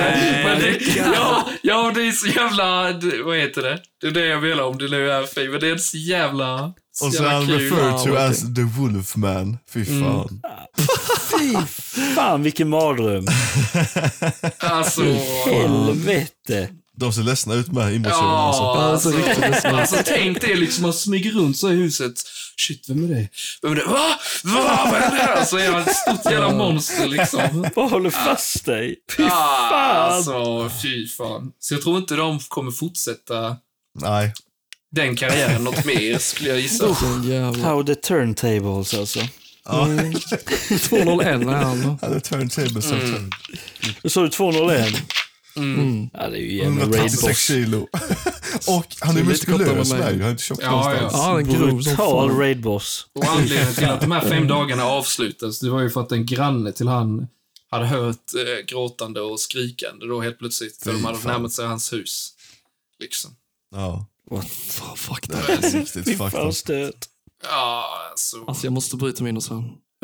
är så jävla, vad heter det? Det är det jag vill om, det nu är fint, men det är så jävla och så han referred to as the Wolfman. Fy fan. Fy fan, vilken mardröm. Alltså, helvete. De ser ledsna ut med inbrottsjonen. Ja, alltså tänk det liksom, man smyger runt så i huset. Shit, vem är det? Vad är det? Alltså är han ett stort jävla monster liksom. Vad håller fast dig? Fy fan. Alltså, fy fan. Så jag tror inte de kommer fortsätta den karriären något mer, skulle jag gissa. How the turntables alltså. 201 är han. How the turntables. Du sa du 201? Ja, det är ju jävla Raidboss. Kilo. Och han är muskulös med. Han är inte tjock någonstans. Ja, en brutal Raidboss. Och anledningen till att de här 5 dagarna avslutas, det var ju för att en granne till han hade hört gråtande och skrikande då helt plötsligt. För de hade närmat sig hans hus. Liksom. Ja. What the fuck, det är riktigt fucked. Ja, alltså jag måste bryta min och så.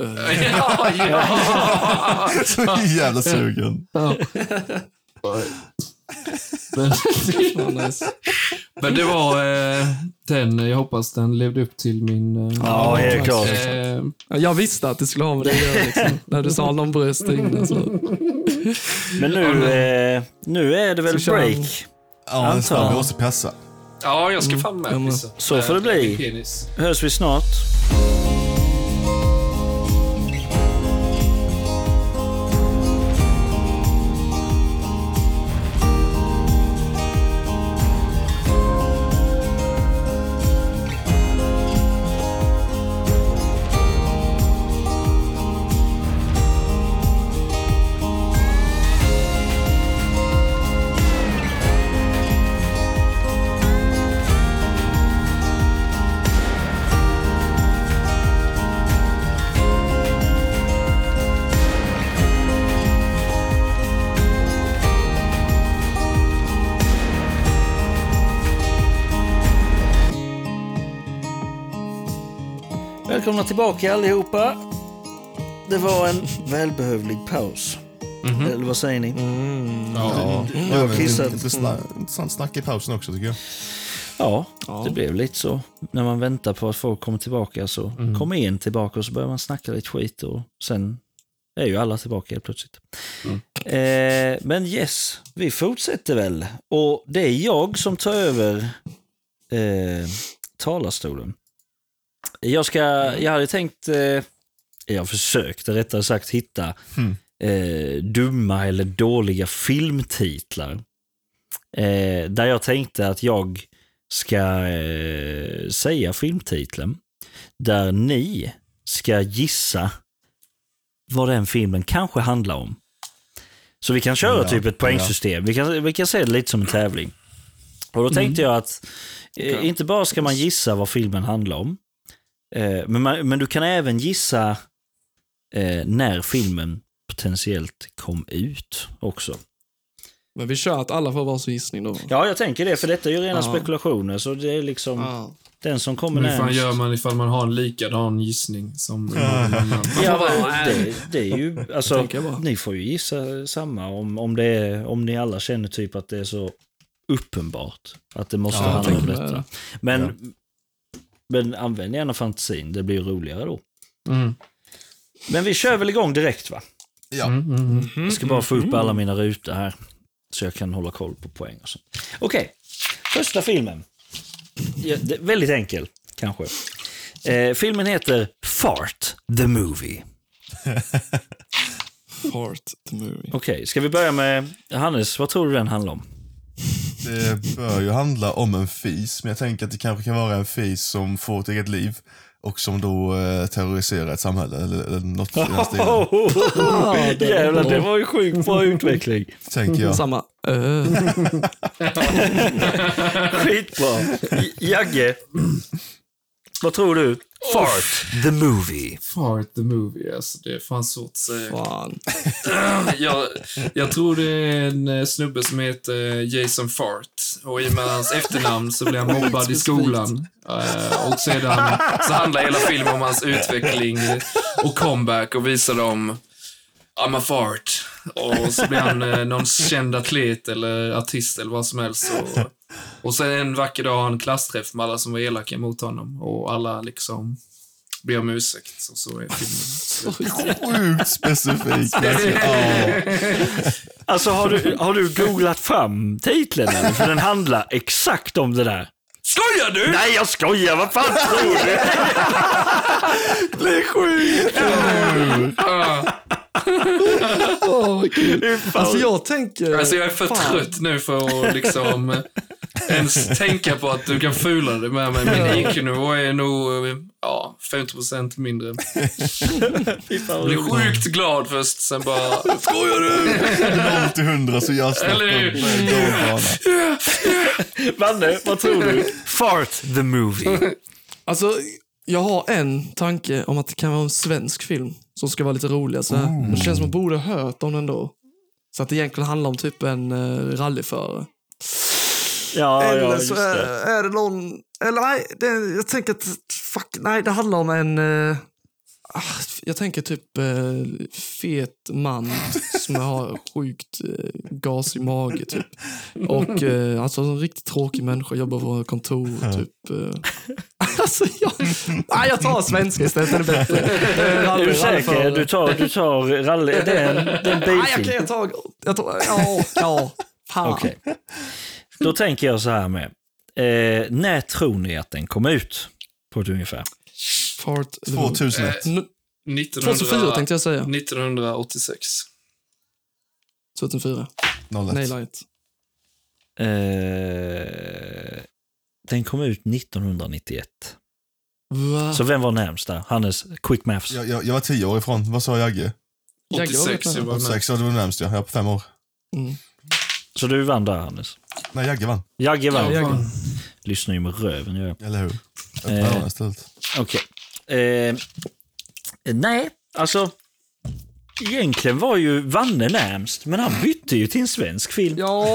Så jävla sugen. Men det var den, jag hoppas den levde upp till min... Ja, helt klart. Jag visste att det skulle ha med det att göra, liksom, när du sa någon bröst innan. Så. Men nu är det väl break? Ja, vi måste passa. Ja, jag ska fan med pissa. Så får det bli. Hörs vi snart. Välkomna tillbaka allihopa. Det var en välbehövlig paus. Eller vad säger ni? Ja, jag har kissat. Intressant snack i pausen också tycker jag. Ja, det blev lite så. När man väntar på att folk kommer tillbaka så kommer en tillbaka och så börjar man snacka lite skit och sen är ju alla tillbaka helt plötsligt. Men yes, vi fortsätter väl. Och det är jag som tar över talarstolen. Jag hade tänkt, jag försökte rättare sagt hitta dumma eller dåliga filmtitlar. Där jag tänkte att jag ska säga filmtiteln. Där ni ska gissa vad den filmen kanske handlar om. Så vi kan köra typ ett poängsystem. Vi kan se det lite som en tävling. Och då tänkte jag att inte bara ska man gissa vad filmen handlar om. Men du kan även gissa när filmen potentiellt kom ut också. Men vi kör att alla får vara så gissning då. Ja, jag tänker det, för detta är ju rena spekulationer. Så det är liksom den som kommer närmast. Hur fan gör man ifall man har en likadan gissning som... det är ju... Alltså, ni får ju gissa samma om ni alla känner typ att det är så uppenbart att det måste handla om detta. Men använd gärna fantasin, det blir roligare då. Men vi kör väl igång direkt, va? Ja. Jag ska bara få upp alla mina rutor här så jag kan hålla koll på poäng och så. Okej, första filmen. Det är väldigt enkel, kanske. Filmen heter Fart the Movie. Fart the Movie. Okej, ska vi börja med Hannes, vad tror du den handlar om? Det bör ju handla om en fis, men jag tänker att det kanske kan vara en fis som får ett eget liv och som då terroriserar ett samhälle eller något i den stilen. Jävlar, det var ju sjukt bra utveckling. Tänker jag. Samma. Skitbra. Jagge, vad tror du? Fart the Movie. Fart the Movie, alltså det är fan svårt att säga. Fan. jag tror det är en snubbe som heter Jason Fart. Och i och med hans efternamn så blir han mobbad i skolan. Och sedan så handlar hela filmen om hans utveckling och comeback och visar dem I'm a fart. Och så blir han någon känd atlet eller artist eller vad som helst. Och sen en vacker dag har han en klassträff med alla som var elaka mot honom. Och alla liksom ber om ursäkt. Så är filmen. Sjukt specifikt. Alltså har du googlat fram titeln? För den handlar exakt om det där. Skojar du? Nej, jag skojar. Vad fan tror du? Det är sjukt. Alltså jag tänker... Alltså jag är för trött nu för att liksom ens tänka på att du kan fula det med mig. Min IQ-nivå är nog 50% mindre. Jag blir sjukt glad först, sen bara... Skojar du? 0-100 så jag snackar. Vanne, vad tror du? Fart the movie. Alltså, jag har en tanke om att det kan vara en svensk film som ska vara lite rolig. Så här. Det känns som att man borde ha hört om den då. Så att det egentligen handlar om typ en rallyförare. Eller så är det någon... Eller nej, jag tänker att... Nej, det handlar om en... jag tänker typ fet man som har sjukt gas i mage typ. Och alltså en riktigt tråkig människa, jobbar på kontor typ. Alltså jag tar svenska istället, det är bättre. Är du säker? Du tar rally, det är en bilfilm. Jag tar fan. Okej. Då tänker jag så här med. När tror ni att den kom ut? På ett ungefär. 2001. 2004 tänkte jag säga. 1986. 2004. Naylight. Den kom ut 1991. Va? Så vem var närmst där? Hannes, quick maths. Jag var 10 år ifrån. Vad sa Jagge? 86 var 86 var det närmst, jag är på 5 år. Så du vann där, Hannes? Nej, Jagge vann. Jagge vann. Lyssnar ju med röven. Eller hur? Okej. Nej, alltså egentligen var ju Vanne närmst, men han bytte ju till en svensk film. Ja.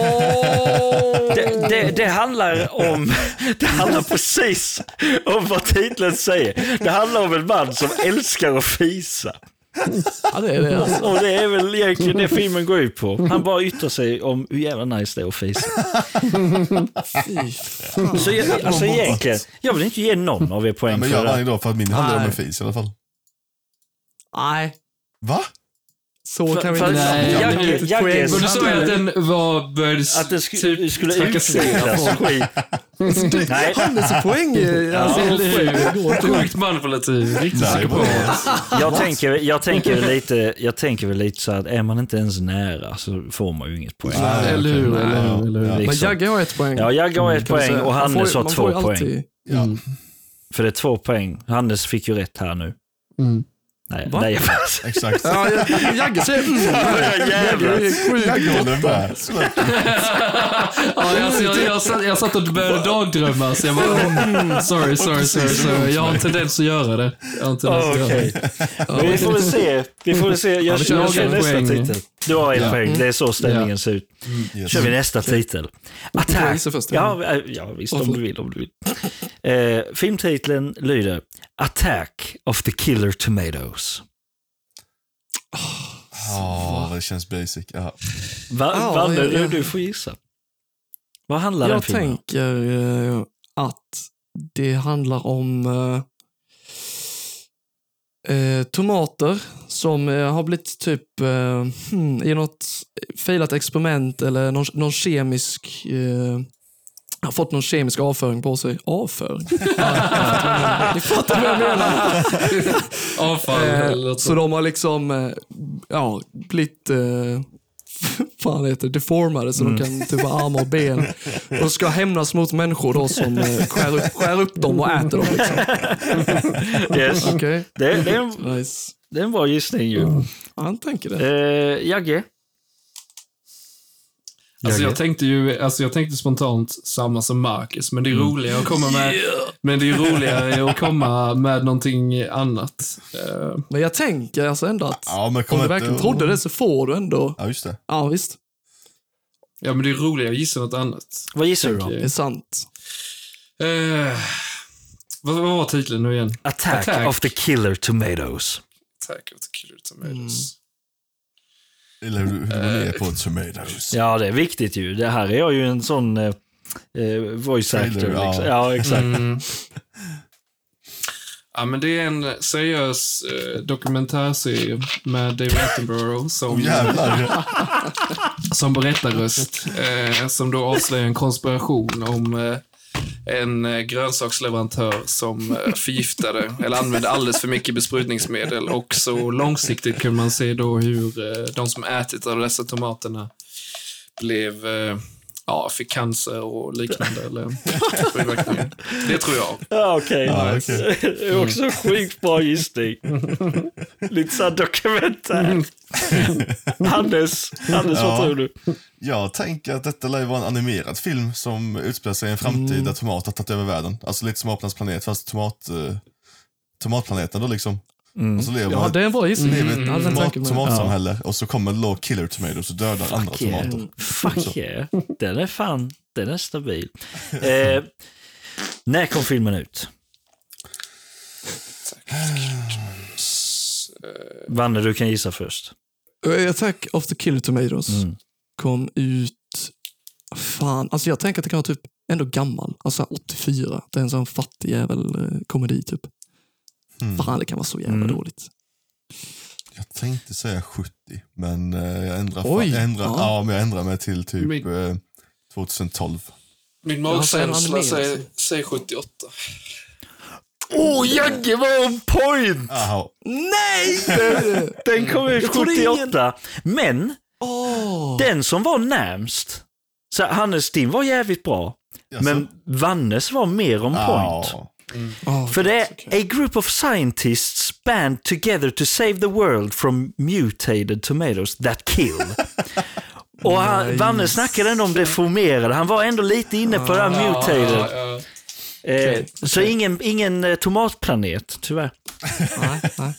Det handlar precis om vad titeln säger. Det handlar om en man som älskar att fisa. Ja, det är det alltså. Och det är väl egentligen det filmen går ut på. Han bara yttrar sig om hur jävla nice det är att fisa. Så alltså egentligen, jag vill inte ge någon av er poäng men för jag det. vann idag för att min handlar om en fis i alla fall. Nej. Va? Så kan vi inte. Men du sa ju att den började att det skulle utvecklas skit. Nej. Hannes poäng. Sjukt manipulativ. Riktigt psykopat. Jag tänker väl lite så att är man inte ens nära så får man ju inget poäng. Eller hur? Men Jagge har 1 poäng. Ja, Jagge har 1 poäng och Hannes har 2 poäng. Ja. För det är 2 poäng. Hannes fick ju rätt här nu. Nej, exakt. Jagge säger Jagge håller med. Jag satt och började dagdrömma, så jag bara sorry. Jag har en tendens att göra det. Vi får väl se. Jag kör nästa titel. Du har 1 poäng. Det är så ställningen ser ut. Kör vi nästa titel. Attack. Ja, visst om du vill. Filmtiteln lyder Attack of the Killer Tomatoes. Det känns basic. Vanne, du får gissa. Vad handlar den filmen om? Jag tänker att det handlar om tomater som har blivit typ i något failat experiment eller någon kemisk har fått någon kemisk avföring på sig. Avföring? Ni fattar vad jag menar. Avfall. Så de har liksom blivit deformade så de kan typ ha armar och ben. Och ska hämnas mot människor då som skär upp dem och äter dem liksom. Yes. Okay. Det är en bra gissning ju. Han tänker det. Jagge? Alltså jag tänkte spontant samma som Marcus, men det är roligare att komma med att komma med någonting annat. Men jag tänker alltså ändå att om du verkligen trodde det så får du ändå. Ja, just det. Ja, visst. Ja, men det är roligare att gissa något annat. Vad gissar du då? Det är sant. Vad var titeln nu igen? Attack of the Killer Tomatoes. Attack of the Killer Tomatoes. Eller hur du är på tomatoes. Ja, det är viktigt ju. Det här är jag ju en sån voice actor. Liksom. Ja, exakt. Ja, men det är en seriös dokumentärserie med David Attenborough som berättarröst. Som då avslöjar en konspiration om en grönsaksleverantör som förgiftade eller använde alldeles för mycket besprutningsmedel. Och så långsiktigt kan man se då hur de som ätit av dessa tomaterna blev... fick cancer och liknande. Eller, det tror jag. Ja, okej. Det är också sjukt bra gissning. Lite så här dokumentär. Hannes, vad tror du? Jag tänker att detta lär vara en animerad film som utspelar sig i en framtid där tomater har tagit över världen. Alltså lite som Apornas planet, fast tomatplaneten då liksom. Och så lever det är en bra gissning. Tomatsamhälle och så kommer det killer tomatoes och dödar andra tomater. Fuck yeah. Den är stabil. När kom filmen ut? Vanne, du kan gissa först. Attack of the Killer Tomatoes kom ut... Fan, alltså jag tänker att det kan vara typ ändå gammal. Alltså 84. Det är en sån fattig jävel komedi typ. Fan, det kan vara så jävla dåligt. Jag tänkte säga 70, men jag ändrar mig till typ 2012. Min magkänsla säger 78. Jagge var on point! Aha. Nej! Den kom ut 78. Men den som var närmst, så Hannes, din var jävligt bra. Men Vannes var mer on point. För det är a group of scientists band together to save the world from mutated tomatoes that kill. Och Vanne snackade ändå om deformerade. Han var ändå lite inne på det här mutated. Så ingen tomatplanet, tyvärr. Nej.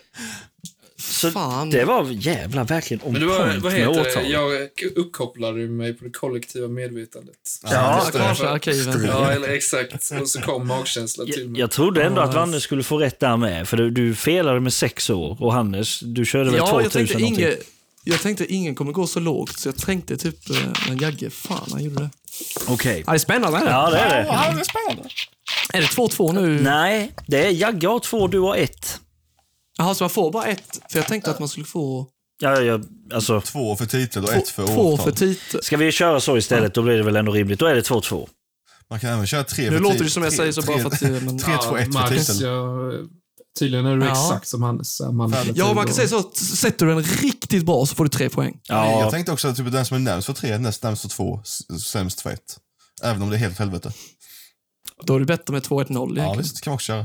Så det var jävla verkligen on point. Vad heter det? Jag uppkopplade mig på det kollektiva medvetandet. Kanske arkiven. Ja, eller exakt. Och så kom magkänslan till mig. Jag trodde ändå att Vanne skulle få rätt där med. För du felade med 6 år. Och Hannes, du körde väl 2000 jag tänkte ingen kommer gå så lågt. Så jag tänkte typ en Jagge. Fan, han gjorde det. Okej. Det är spännande, är det? Ja, det är det. Ja, det är spännande. Är det 2-2 nu? Nej, det är Jagge har 2, du har 1. Jaha, så man får bara 1. För jag tänkte att man skulle få... Alltså 2 för titel och 1 för årtal. 2 för titel. Ska vi köra så istället, då blir det väl ändå rimligt. Då är det 2-2. Man kan även köra 3 för titel. Nu låter det som jag säger så bara för att... 3-2-1 för titel. Tydligen är du exakt som Hannes. Man kan säga så, sätter du den riktigt bra så får du 3 poäng. Ja. Jag tänkte också att typ den som är närmast för 3, näst närmast för 2, sämst för 1. Även om det är helt helvete. Då är det bättre med 2-1-0 egentligen. Ja, visst kan man också köra.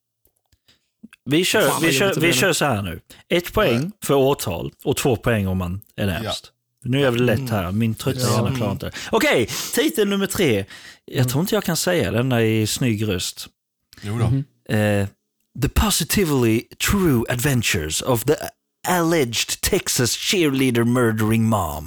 Vi kör så här nu. 1 poäng för årtal och 2 poäng om man är närmast. Nu är det lätt här. Min trötta hjärna klarar inte. Okej, titel nummer 3. Jag tror inte jag kan säga den där i snygg röst. Jo då. The positively true adventures of the alleged Texas cheerleader murdering mom.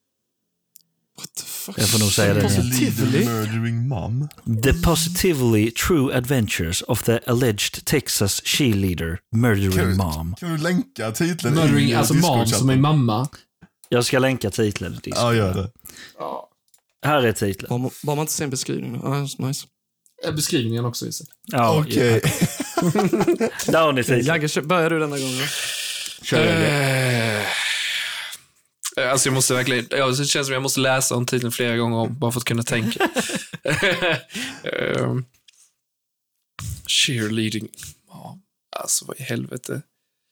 What the fuck? Jag får nog säga det. Positively murdering mom. The positively true adventures of the alleged Texas cheerleader murdering mom. Kan du länka titeln? Murdering, alltså mom som är mamma. Jag ska länka titeln. Ja, gör det. Här är titeln. Bara man inte ser en beskrivning. Nice. Beskrivningen också, Isak. Ja, okej. Där har ni titeln. Jagge, börjar du denna gången? Kör alltså jag måste verkligen... det känns som jag måste läsa om titeln flera gånger om, bara för att kunna tänka. Cheerleading. Alltså, vad i helvete.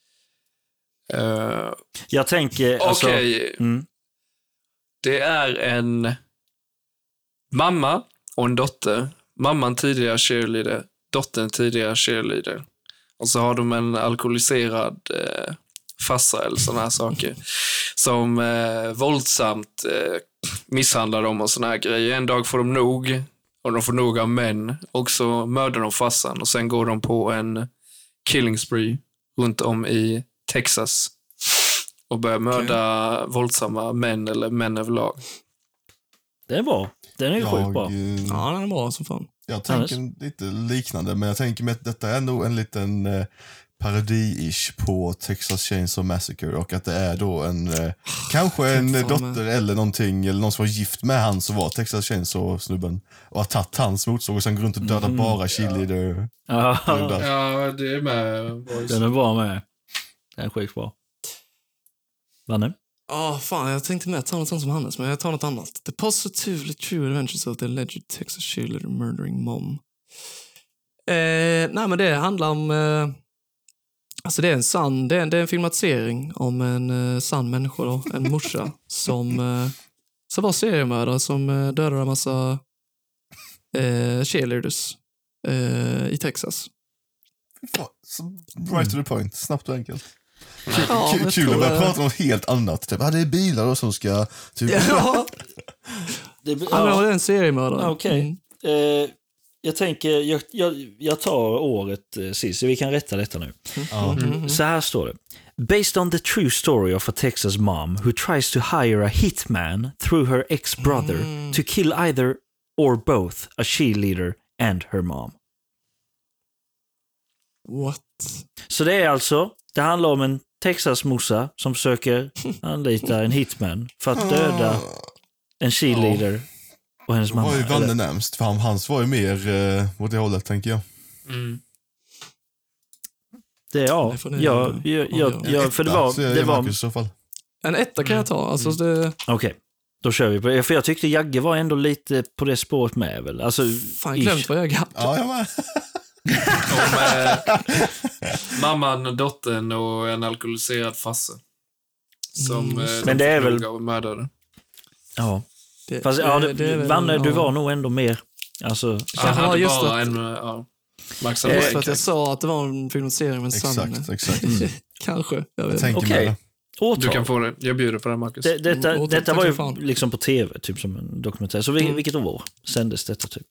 Jag tänker... Okej. Det är en mamma och en dotter. Mamman tidigare cheerleader, dottern tidigare cheerleader. Och så har de en alkoholiserad farsa eller såna här saker. Som våldsamt misshandlar dem och såna här grejer. En dag får de nog, och de får nog av män. Och så mördar de farsan. Och sen går de på en killing spree runt om i Texas. Och börjar mörda våldsamma män eller män överlag. Det är bra. Den är ju sjukt bra. Ja, den är bra som fan. Jag tänker lite liknande, men jag tänker att detta är nog en liten parodi-ish på Texas Chainsaw Massacre och att det är då en kanske en dotter eller någonting eller någon som var gift med han som var Texas Chainsaw-snubben och har tagit hans motsåg och sen går runt och dödar bara cheerleader. Ja, det är med. Den är bra med. Den är sjukt bra. Vanne? Fan, jag tänkte med ta något sånt som Hannes, men jag tar något annat. The Positively True Adventures of the Alleged Texas Cheerleader Murdering Mom. Nej, men det handlar om... alltså det är en filmatisering om en sann människa då, en morsa som var seriemördare som dödade en massa cheerleaders i Texas. Right to the point, snabbt och enkelt. Kul att börja prata om något helt annat. Typ, det är bilar då som ska... Typ. Ja. Det är en seriemördare. Okej. Jag tänker, jag tar året sist, så vi kan rätta detta nu. Så här står det. Based on the true story of a Texas mom who tries to hire a hitman through her ex-brother to kill either or both a cheerleader and her mom. What? Så det handlar om en Texas-mossa som försöker anlita en hitman för att döda en cheerleader och hennes mamma. Det var ju Vanne närmst, för hans var ju mer åt det hållet, tänker jag. Det för det var i så fall. En etta kan jag ta. Alltså Okej, då kör vi på det. För jag tyckte Jagge var ändå lite på det spåret med väl. Alltså, fan, glömt vad jag gav. Ja, jag med. Mamman, dottern och en alkoholiserad fasse. Som men det är väl mördare. Ja. Fast Vanne, du var nog ändå mer alltså just bara Max för att jag sa att det var en filmatisering med sann. Exakt. Kanske, jag vet. Okej. Du kan få det. Jag bjuder på det, Marcus. Detta var ju liksom på tv typ som en dokumentär. Så vilket år sändes detta typ?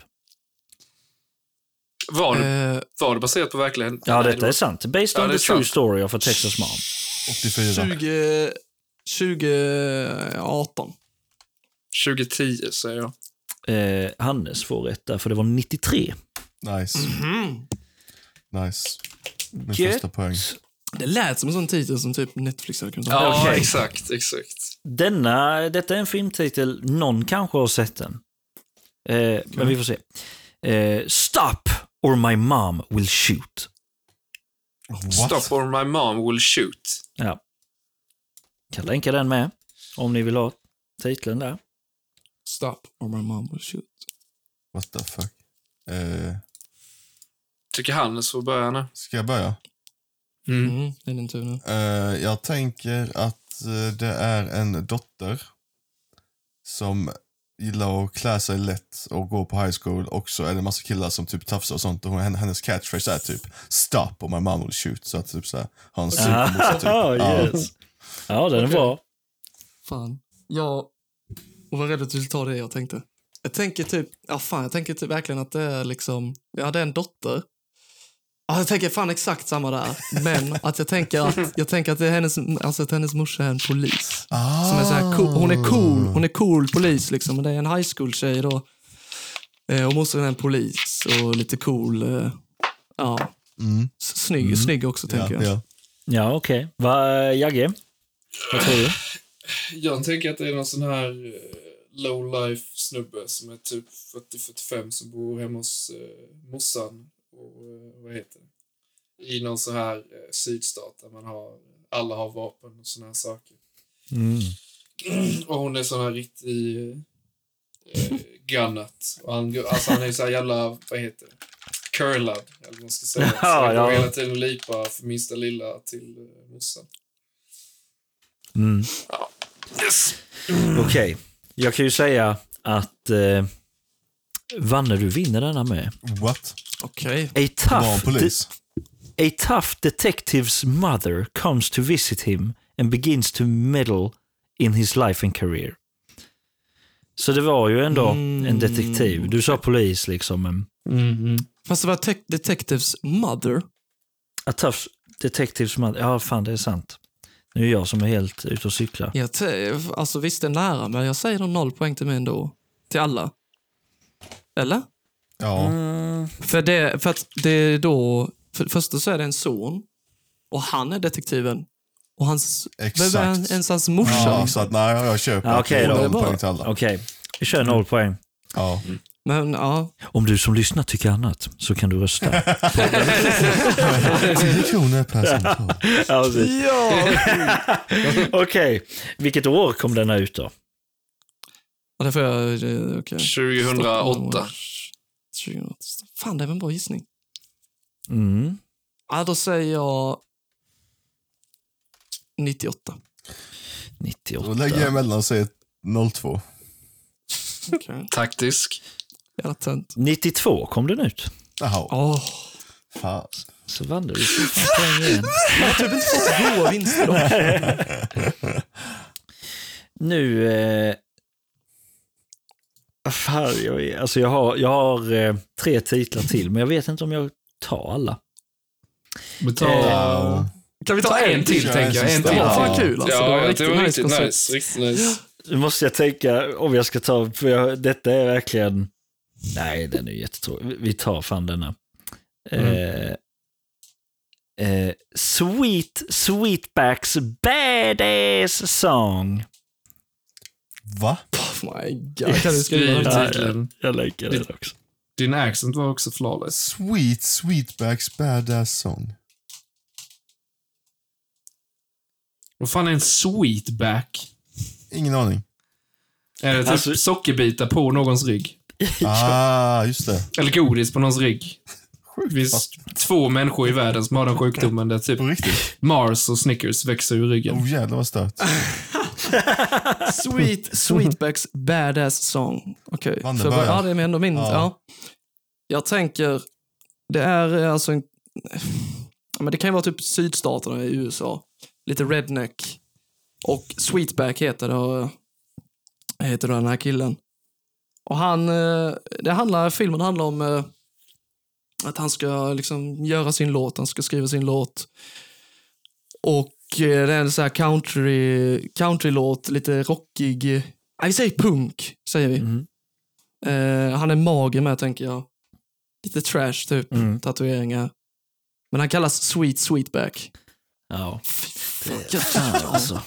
Var det baserat på verkligheten? Ja, detta är sant. Based on the true story of a Texas mom. 84. 2018. 2010 säger jag. Hannes får rätt där, för det var 93. Nice. Nice. Min första poäng. Det lät som en sån titel som typ Netflix hade kunnat. Ja, okay. Exakt. Detta är en filmtitel, någon kanske har sett den. Men vi får se. Stop or my mom will shoot. What? Stop or my mom will shoot. Ja. Kan länka den med om ni vill ha titeln där. Stop or my mom will shoot. What the fuck? Tycker Hannes får börja nu. Ska jag börja? Det är din tur nu. Jag tänker att det är en dotter som gillar att klä sig lätt och gå på high school, och så är det en massa killar som typ tafsar och sånt, och hennes catchphrase är typ stop or my mom will shoot, så att typ så här har en psykomossa typ. Yes. Ja, den är bra. Fan. Jag var rädd att du skulle ta det jag tänkte. Jag tänker typ verkligen att det är liksom, det är en dotter. Ja, jag tänker fan exakt samma där. Men att jag tänker att det är hennes morsa är en polis. Som är så här cool. Hon är cool polis liksom. Men det är en high school tjej då. Och morsan är en polis och lite cool. Snygg också tänker jag. Ja, okej. Jagge? Vad tror du? Jag tänker att det är någon sån här low-life snubbe som är typ 40-45 som bor hemma hos morsan. Och vad heter det? I någon så här sydstat där alla har vapen och såna här saker. Och hon är sån här riktig gunnat. Och han är så här jävla, vad heter det? Curlad, eller vad man ska säga. Så han går hela tiden och lipa för minsta lilla till morsan. Ja. Yes. Okej. Jag kan ju säga att Vanne, du vinner denna med. What? Okej. A tough detective's mother comes to visit him and begins to meddle in his life and career. Så det var ju ändå en detektiv. Du sa polis liksom. Fast det var detective's mother. A tough detective's mother. Ja, fan, det är sant. Nu är jag som är helt ute och cyklar. Alltså visst är nära, men jag säger nog 0 poäng till mig ändå. Till alla. Eller? Ja. För att det är då... För först så är det en son Och han är detektiven. Och hans... Exakt. Ens morsa. Ja, så att nej, jag köper. Okej, poäng till alla. Okej, vi kör 0 poäng. Ja. Men ja. Om du som lyssnar tycker annat så kan du rösta. 10 kronor per samtal. Ja. Okej, vilket år kom denna ut då? Ja, det får jag... Okay. 2008. Fan, det är en bra gissning. Mm. Ja, då säger jag 98. 98. Då lägger jag emellan och säger 02. Okay. Taktisk. 92 kom den ut. Jaha. Fan. Så vann du fan poäng igen. Jag har typ inte fått goda vinster då. Nu... Fan, jag har 3 titlar till, men jag vet inte om jag tar alla. Kan vi ta en till, tänker jag? En till. Fan kul, alltså. Ja, det var riktigt nice. Riktigt nice. Nu måste jag tänka om jag ska ta... För detta är verkligen... Nej, den är jättetråkig. Vi tar fan denna. Sweetbacks Badass Song. Va? Oh my god. Kan du skriva den titeln? Jag lägger den också. Din accent var också flawless. Sweetbacks Badass Song. Vad fan är en sweetback? Ingen aning. Är det typ sockerbitar på någons rygg? Just det. Eller godis på någons rygg? Det finns 2 människor i världen som har den sjukdomen där typ Mars och Snickers växer ur ryggen. Jävlar vad stört. Sweetbacks Badass Song. Okej. Ja, det är ändå min. Ja. Jag tänker, det är alltså en... Men det kan ju vara typ sydstaterna i USA. Lite redneck. Och Sweetback heter den här killen. Och filmen handlar om att han ska liksom göra sin låt. Han ska skriva sin låt. Och det är en så här countrylåt, lite rockig. Vi säger punk, säger vi. Han är mager med, tänker jag. Lite trash, typ. Tatueringar. Men han kallas Sweetback. Ja. Alltså.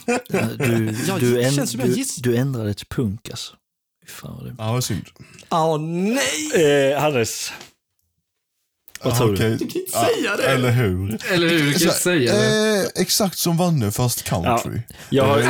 Du ändrade till punk, alltså. Fan, ja, vad synd. Nej! Hannes. Vad tror du? Du kan inte säga det. Eller hur? Du kan inte säga det. Exakt som Vanne, fast country. Nej,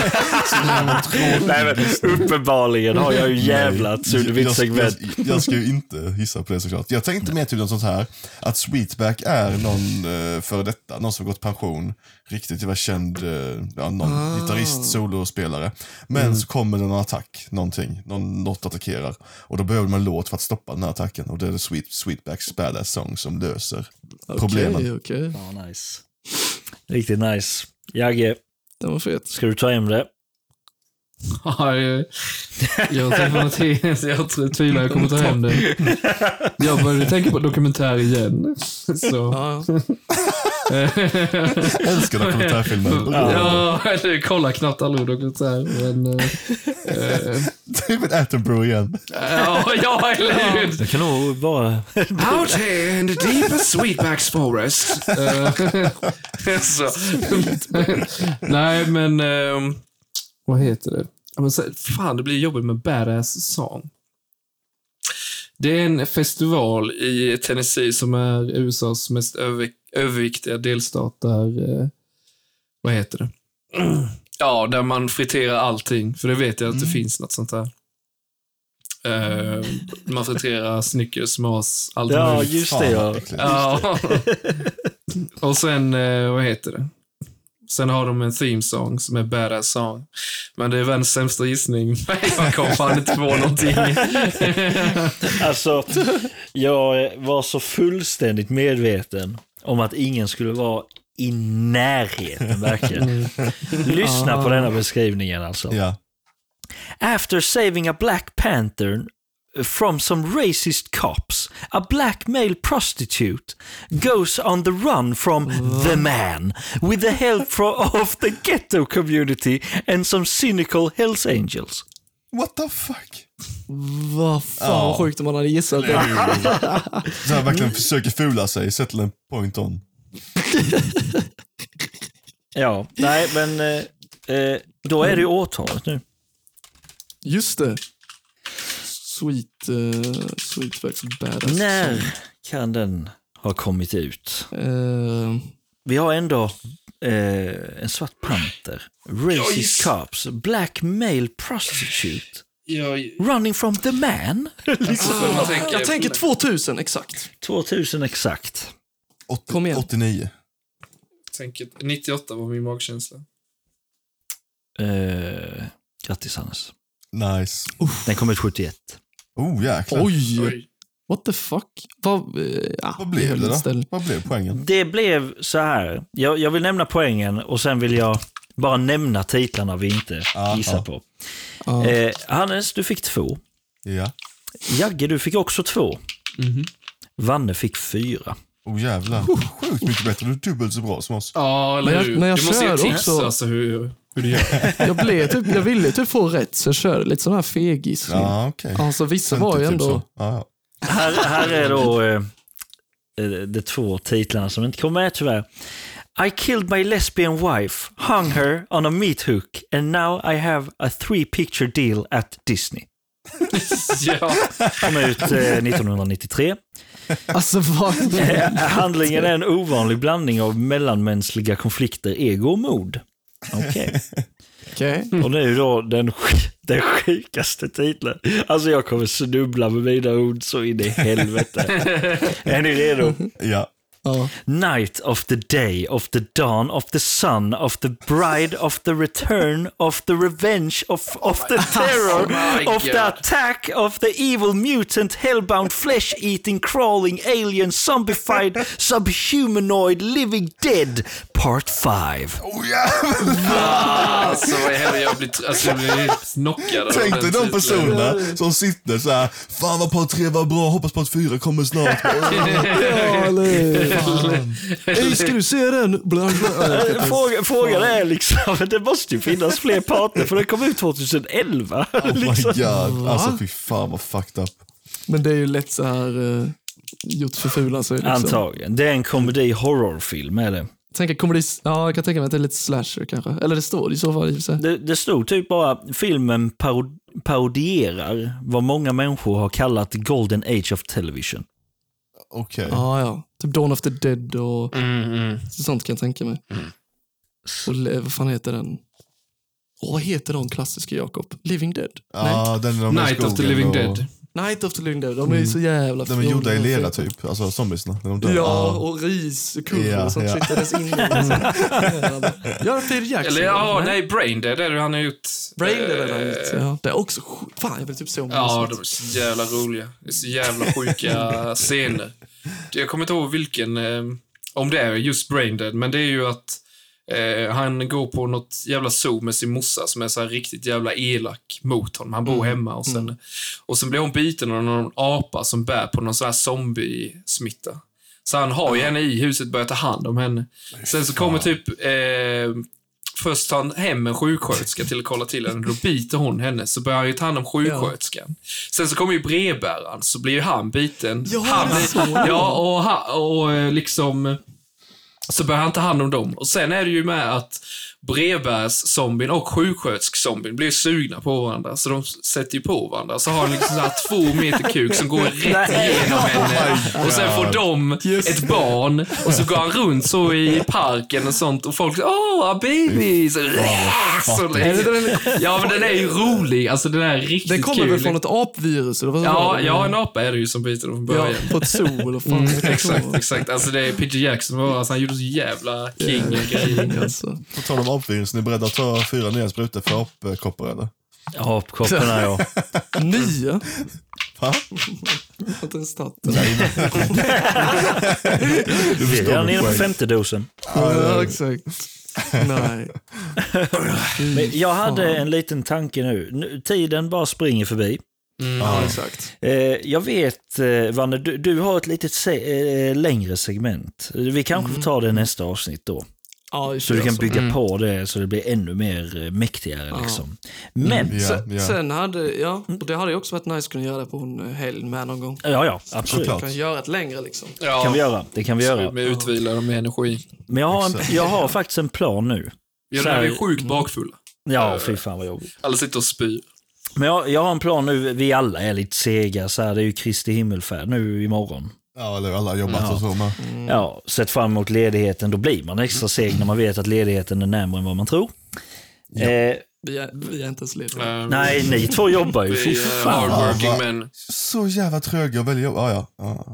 men uppenbarligen har jag ju jävlat så du segment. Jag ska ju inte gissa på det såklart. Jag tänkte mer till något sånt här, att Sweetback är någon för detta, någon som gått pension, riktigt känd, någon gitarrist, solospelare. Men så kommer det någon attack, något attackerar. Och då behöver man en låt för att stoppa den här attacken. Och det är Sweetbacks Badass Song som löser problemen. Okej. Nice. Riktigt nice. Jagge, det var fet. Ska du ta hem det? Jag tvivlar jag kommer ta hem det. Jag började tänka på dokumentär igen. Så. Älskar dokumentärfilmer. Jag kollar knappt aldrig dokumentär. Men, David Attenborough igen. Ja, eller hur? Det kan nog vara... Out here in the deepest Sweetbacks forest. Nej, men... vad heter det? Fan, det blir jobbigt med Badass Song. Det är en festival i Tennessee som är USAs mest överviktiga delstat där... vad heter det? Ja, där man friterar allting. För det vet jag att det finns något sånt här. Man friterar Snickers, Mars, allt möjligt. Just det. Ja. Och sen, vad heter det? Sen har de en theme song som är Badass Song. Men det är världens sämsta gissning. Jag kom fan inte på någonting. Alltså, jag var så fullständigt medveten om att ingen skulle vara i närheten, verkligen. Lyssna på denna beskrivningen alltså. Ja. After saving a Black Panther from some racist cops, a black male prostitute goes on the run from the man with the help of the ghetto community and some cynical Hells Angels. What the fuck? Vad fan sjukt om man hade gissat det. Så han verkligen försöker fula sig, settle en point on. Ja, nej, men då är det ju årtalet nu. Just det. Sweet faktiskt badass. När kan den ha kommit ut? Vi har ändå en svart panter, racist cops, black male prostitute, running from the man. Jag tänker 2000 exakt. 2000 exakt. Kom igen. 89. Tänker 98 var min magkänsla. Grattis, Hannes. Nice. Den kom ut 71. Jäklar. Oj. What the fuck? Vad blev det då? Vad blev poängen? Det blev så här. Jag vill nämna poängen och sen vill jag bara nämna titlarna vi inte gissar på. Hannes, du fick 2. Ja. Jagge, du fick också 2. Vanne fick 4. Jävlar. Sjukt mycket bättre. Du är dubbelt så bra som oss. Ja, eller hur? När jag du måste ge tips också, alltså, hur du gör. jag ville typ få rätt, så jag körde lite sån här fegis. Ja, okej. Alltså vissa var ju ändå... Här är då de 2 titlarna som inte kommer med tyvärr. I killed my lesbian wife, hung her on a meat hook, and now I have a 3-picture deal at Disney. Kom ut 1993. Alltså vad? Handlingen är en ovanlig blandning av mellanmänskliga konflikter, ego och mod. Okej. Och nu då den sjukaste titeln. Alltså jag kommer snubbla med mina ord så in i helvete. Är ni redo? Ja. Night of the day, of the dawn, of the sun, of the bride, of the return, of the revenge, of the terror, of the attack, of the evil mutant, hellbound, flesh-eating, crawling, alien, zombified, subhumanoid, living dead, part 5. Alltså vad heller jag blir knockad. Tänk dig de personerna som sitter så här: fan vad part 3 var bra, hoppas part 4 kommer snart. Ska du se den? Frågan är liksom, det måste ju finnas fler parter för det kom ut 2011. Oh my god, alltså fy fan vad fucked up. Men det är ju lätt så här gjort förfula sig liksom. Antagligen, det är en komedi-horrorfilm är det. Jag kan tänka mig att det är lite slasher kanske. Eller det står i så fall. Det stod typ bara filmen parodierar vad många människor har kallat Golden Age of Television. Okej. Ja. Typ Dawn of the Dead och sånt kan jag tänka mig. Och vad fan heter den? Vad heter de klassiska, Jakob? Living Dead? Ja, den Night of the Living Dead. Night of the Living Dead, de är så jävla... De är gjorda i lera typ, alltså zombiesna. Och ris, kurvor och sånt tryckades in. Ja, Peter Jackson. Eller Brain Dead är det han har gjort. Brain Dead är det han gjort, ja. Det är också... Fan, jag vill typ se om det. Ja, de är så jävla roliga. Det är så jävla sjuka scener. Jag kommer inte ihåg vilken... om det är just Brain Dead, men det är ju att han går på något jävla zoo med sin morsa som är så här riktigt jävla elak mot honom. Han bor hemma och sen blir hon biten av någon apa som bär på någon sån här zombie-smitta. Så han har ju henne i huset, börjar ta hand om henne. Sen så kommer typ först tar han hem en sjuksköterska till att kolla till henne. Då biter hon henne, så börjar han ju ta hand om sjuksköterskan. Sen så kommer ju brevbäraren, så blir ju han biten. Och liksom... Så börjar han ta hand om dem. Och sen är det ju med att brevbärszombien och sjuksköterskzombien blir sugna på varandra. Så de sätter ju på varandra. Så har han liksom så här 2 meter kuk som går rätt igenom henne. Och sen får de ett barn. Och så går han runt så i parken och sånt. Och folk säger, baby! Ja, men den är ju rolig. Alltså den är riktigt kul. Den kommer väl från ett apvirus? Eller vad en apa är det ju som biter dem från början. Ja, på ett zoo eller fan. Exakt. Alltså det är Peter Jackson. Alltså, han gjorde så jävla king-grejer. Alltså. På tal om apvirus, ni är beredda att ta 4 nya sprutor för apkoppor eller? Apkopporna, ja. 9? Va? Att den startar. Vi är redan inne på 5:e dosen. Ja, exakt. Nej. Men jag hade en liten tanke nu. Tiden bara springer förbi. Ja, exakt. Jag vet, Vanne, du har ett litet längre segment. Vi kanske får ta det nästa avsnitt då. Så du kan bygga på det så det blir ännu mer mäktigare liksom. Men sen hade och det hade ju också varit nice att kunna göra det på en helg med någon gång. Ja, absolut. Vi kan göra ett längre liksom. Ja, det kan vi göra. Med utvilare och med energi. Men jag har faktiskt en plan nu. Ja, det är sjukt bakfulla. Ja, fy fan vad jobbigt. Alla sitter och spyr. Men jag har en plan nu, vi alla är lite sega så här, det är ju Kristi himmelfärd nu imorgon. Ja, eller alla har jobbat och så med. Ja, sett fram emot ledigheten, då blir man extra seg när man vet att ledigheten är närmare än vad man tror. Ja. Vi är inte ens lediga. Nej, ni två jobbar ju. Fy fan. Hardworking men... Så jävla tröga att välja jobb. Ja.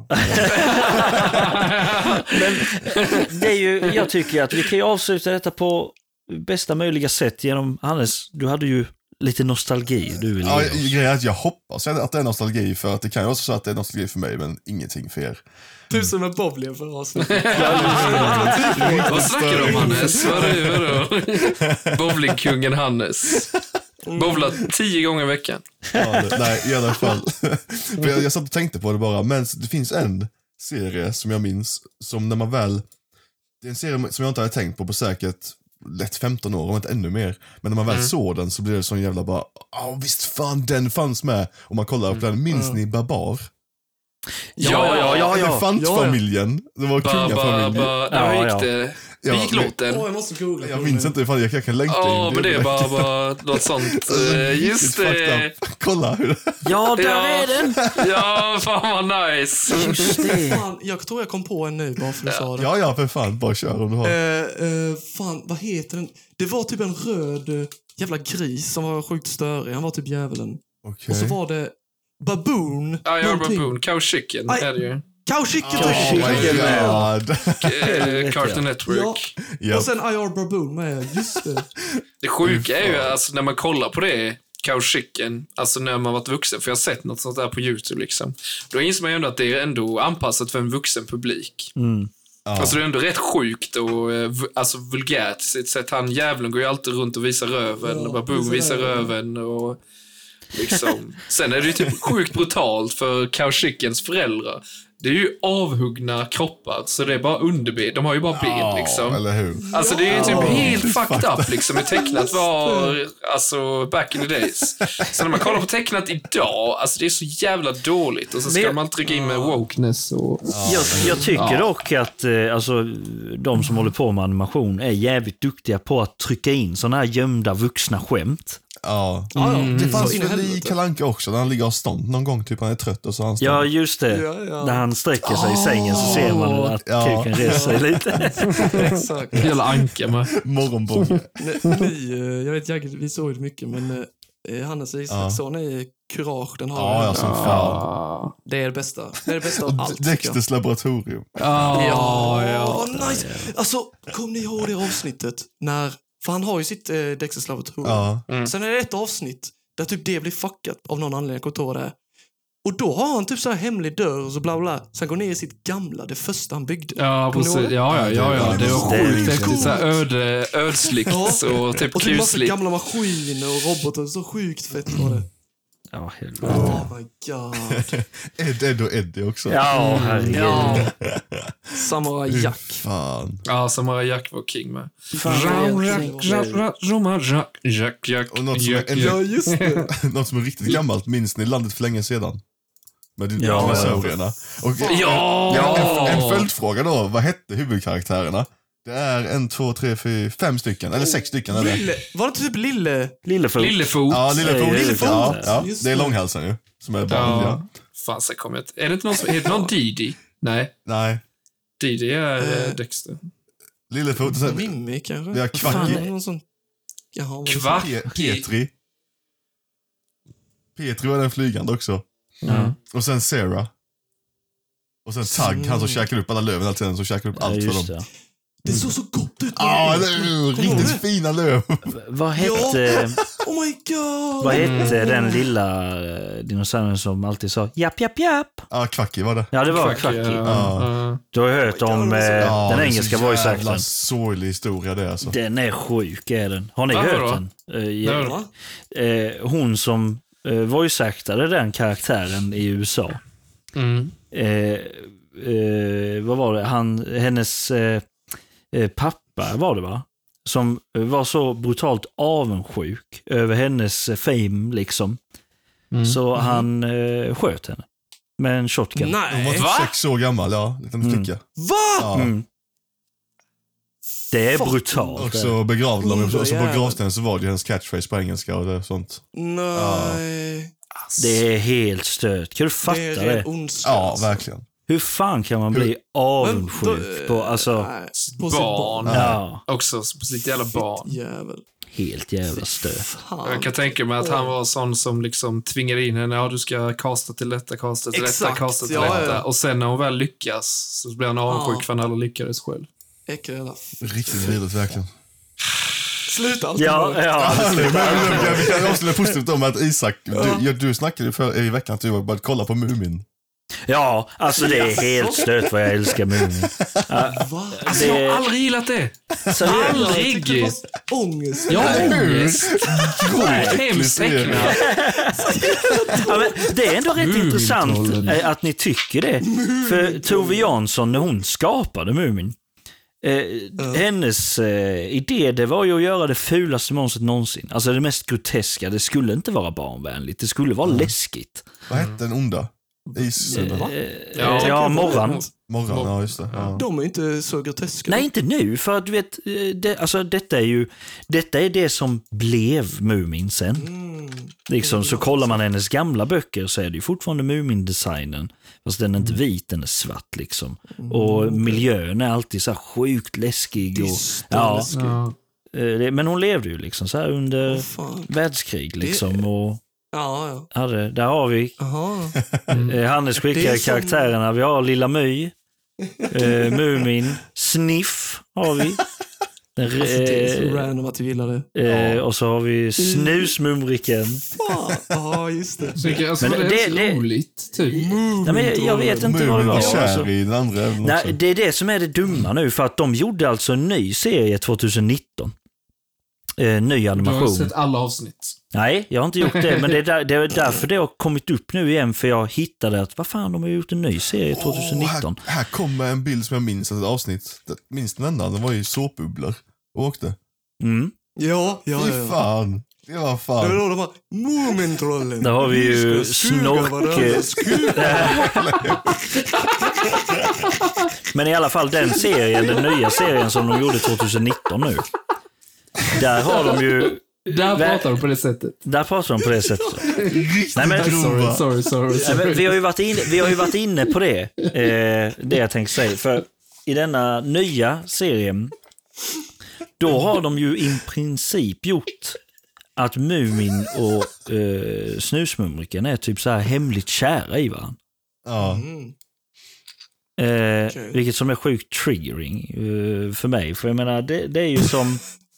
Men det är ju, jag tycker att vi kan ju avsluta detta på bästa möjliga sätt genom, Hannes, du hade ju lite nostalgi. Grejen är att jag hoppas att det är nostalgi, för att det kan ju också så att det är nostalgi för mig, men ingenting för er. Du som är bowling för oss. Vad snackar du om, Hannes? Bowlingkungen Hannes. Bowlar 10 gånger i veckan. Nej, i alla fall. För jag satt och tänkte på det bara, men det finns en serie som jag minns, som när man väl... Det är en serie som jag inte hade tänkt på säkert lätt 15 år, om inte ännu mer. Men när man väl såg den så blev det sån jävla bara, visst fan, den fanns med. Och man kollar på den, minns ni Babar? Ja. Elefantfamiljen. Det var kungafamiljen. Hur gick det? Hur gick låten? Jag måste googla. Jag minns inte ifall jag kan länka in. Men det är bara något sånt. Just det. Kolla hur. Ja, där är den. Ja, fan vad nice. Just det. Fan, jag tror jag kom på en nu bara för att du sa det. Ja, för fan. Bara kör om du har. Fan, vad heter den? Det var typ en röd jävla gris som var sjukt störig. Han var typ djävulen. Okay. Och så var det Baboon. Ja, Baboon. Cow Chicken är det ju. Cow Chicken! Cartoon Network. Ja. Och sen IR Baboon med, just det. Det sjuka är ju alltså när man kollar på det, Cow Chicken, alltså när man varit vuxen, för jag har sett något sånt där på YouTube liksom. Då inser man ju ändå att det är ändå anpassat för en vuxen publik. Alltså det är ändå rätt sjukt och alltså vulgärt sitt sätt. Han jävlen går ju alltid runt och visar röven, och Baboon visar röven och liksom. Sen är det ju typ sjukt brutalt för Cow Chickens föräldrar. Det är ju avhuggna kroppar, så det är bara underben. De har ju bara ben liksom. Eller hur? Alltså det är ju typ helt fucked up liksom. Hur tecknat var, alltså back in the days. Så när man kollar på tecknat idag, alltså det är så jävla dåligt. Och så ska man trycka in med wokeness och... Jag tycker dock att alltså, de som håller på med animation är jävligt duktiga på att trycka in såna här gömda vuxna skämt. Ja. Det fanns väl i Kalle Anka också, när han ligger av stånd någon gång, typ han är trött och så han ja, just det. När han sträcker sig i sängen så ser man att kuken reser sig lite. Exakt. Jävla Anka med morgonbåge. Jag vet inte, vi såg det mycket, men Hannes Isak son är Courage, den har det är det bästa. Det är det bästa av allt. Dexters laboratorium. Ja, nice. Alltså, kom ni ihåg det avsnittet när, för han har ju sitt Dexters laboratorium. Sen är det ett avsnitt där typ det blir fuckat av någon anledning, jag kommer det. Och då har han typ så här hemlig dörr och så bla bla. Sen går ner i sitt gamla, det första han byggde. Ja, precis. Ja. Det var sjukt häftigt. Så här ödsligt och typ och typ massa gamla maskiner och robotar. Så sjukt fett var det. Ja, helvete. Oh my god. Ed och Eddie också. Ja, herregud. Ja. Samurai Jack. Fan. Ja, Samurai Jack var king med. Jack. Och något som är något som är riktigt gammalt, minns ni Landet för länge sedan? Med dinosaurierna. Och en följdfråga då, vad hette huvudkaraktärerna? Det är 1, 2, 3, 4, 5 stycken, eller 6 stycken. Var det typ Lillefot? Ja, Lillefot. Ja, det är långhalsen ju. Som är bara fan, så kommer jag inte. Är det inte någon som heter någon Didi? Nej. Didi är Dexter. Lillefot. Mimmi kanske? Vi har Quacky. Petri var den flygande också. Och sen Sarah. Och sen Tagg, han som käkar upp alla löven hela tiden, som käkar upp allt för dem. Det såg så gott ut. Ja, det är riktigt fina löv. Vad hette... Oh my god. Vad hette den lilla dinosaurien som alltid sa japp, japp, japp? Ja, Quacky var det. Ja, det var Quacky. Du har hört om den engelska voice-actorn. Jävla sorglig historia det alltså. Den är sjuk, är den. Har ni hört den? Hon som voice-actade den karaktären i USA. Vad var det? Hennes pappa var det, va? Som var så brutalt avundsjuk över hennes fame liksom. Så han sköt henne med en shotgun. Nej. Hon var 6 år gammal, ja. Liten flicka. Va? Ja. Det är brutalt. Och så begravde de. Och så på gravstenen så var det hennes catchphrase på engelska och det, sånt. Nej. Ja. Det är helt stört. Kan du fatta det? Ja, verkligen. Hur fan kan man bli avundsjuk på barn? Ja. Också på sitt jävla barn. Jävel. Helt jävla stört. Jag kan tänka mig att han var sån som liksom tvingade in henne. Ja, du ska kasta till detta, kasta till detta, kasta till detta. Ja. Och sen när hon väl lyckas så blir han avundsjuk för han aldrig lyckades själv. Riktigt vidrigt, verkligen. Sluta allt. Ja. Vi kan avslöja positivt om att Isak, du snackade för i veckan att du var bara att kolla på Mumin. Ja, alltså det är helt stört vad jag älskar Mumin. Alltså jag har aldrig gillat det. Aldrig. Ångest. Ja, ångest. Hemskt tecknat. Det är ändå rätt intressant att ni tycker det. För Tove Jansson, när hon skapade Mumin, hennes idé, det var ju att göra det fulaste monstret någonsin. Alltså det mest groteska. Det skulle inte vara barnvänligt. Det skulle vara läskigt. Vad hette den onda? Morran. Morran, ja just det. Ja. De är inte så groteska. Nej, inte nu, för att du vet, detta är det som blev Mumin sen. Liksom, så kollar man hennes gamla böcker så är det ju fortfarande Mumin-designen. Fast den är inte vit, den är svart liksom. Och miljön är alltid så här sjukt läskig. Men hon levde ju liksom så här under världskrig liksom. Och där har vi Hannes skickade karaktärerna. Vi har Lilla My, Mumin, Sniff har vi. Det är så random att du gillar det. Och så har vi Snusmumriken. Ja, just det. Alltså, men det är roligt, typ. Nej, men jag vet inte vad det var. Alltså. Nej, det är det som är det dumma nu. För att de gjorde alltså en ny serie 2019. Ny animation. Du har sett alla avsnitt. Nej, jag har inte gjort det. Men det är därför det har kommit upp nu igen. För jag hittade att, vad fan, de har gjort en ny serie 2019. Här kommer en bild som jag minns, ett avsnitt. Minns den enda, den var ju såpbubblor. Och åkte. Ja. Fy fan. Det var fan. Det var då de var Mumintrollen. Där har vi ju Snorke. Men i alla fall den serien, den nya serien som de gjorde 2019 nu. Där har de ju... Där pratar de på det sättet. Nej, men, sorry. Vi har ju varit inne på det. Det jag tänkte säga. För i denna nya serien, då har de ju i princip gjort att Mumin och Snusmumriken är typ så här hemligt kära i varandra. Ja. Vilket som är sjukt triggering för mig. För jag menar, det är ju som...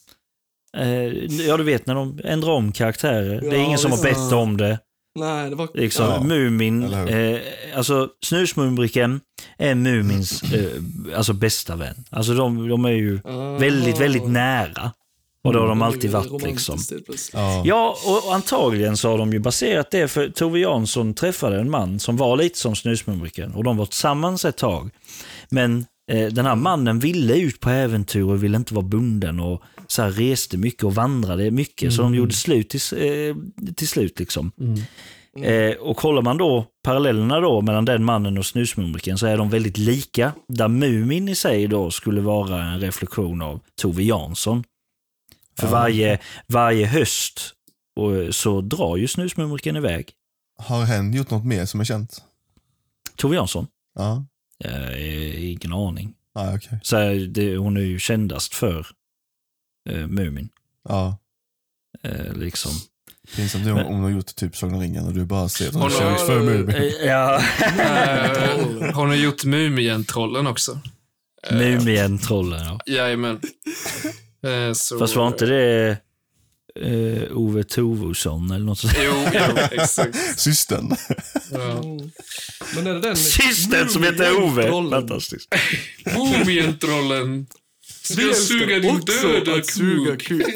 du vet när de ändrar om karaktärer. Det är ingen som har bett om det. Nej, det var... Liksom, Mumin... alltså, Snusmumriken är Mumins alltså bästa vän. Alltså de är ju väldigt, väldigt nära. Och då har de alltid varit liksom. Ja, och antagligen så har de ju baserat det, för Tove Jansson träffade en man som var lite som Snusmumriken. Och de var tillsammans ett tag. Men den här mannen ville ut på äventyr och ville inte vara bunden och så här reste mycket och vandrade mycket. Så de gjorde slut till slut liksom. Och kollar man då parallellerna då mellan den mannen och Snusmumriken, så är de väldigt lika. Där Mumin i sig då skulle vara en reflektion av Tove Jansson. För varje höst så drar ju Snusmumriken iväg. Har hen gjort något mer som är känt? Tove Jansson? Ja. Ingen aning. Ah, okay. Så hon är ju kändast för Mumin. Ja. Liksom. Finns det om hon har gjort typ Sagan om ringen och du bara ser att hon har känt för Mumin. Ja. Hon har gjort Mumien-trollen också. Mumien-trollen, ja. Jajamän. Fast var inte det Ove Tovosson eller något sånt? Jo, exakt. Systern. Ja. Men är det den systern som heter Ove? Fantastiskt. Mumien-trollen. Ska suga din döda kuk.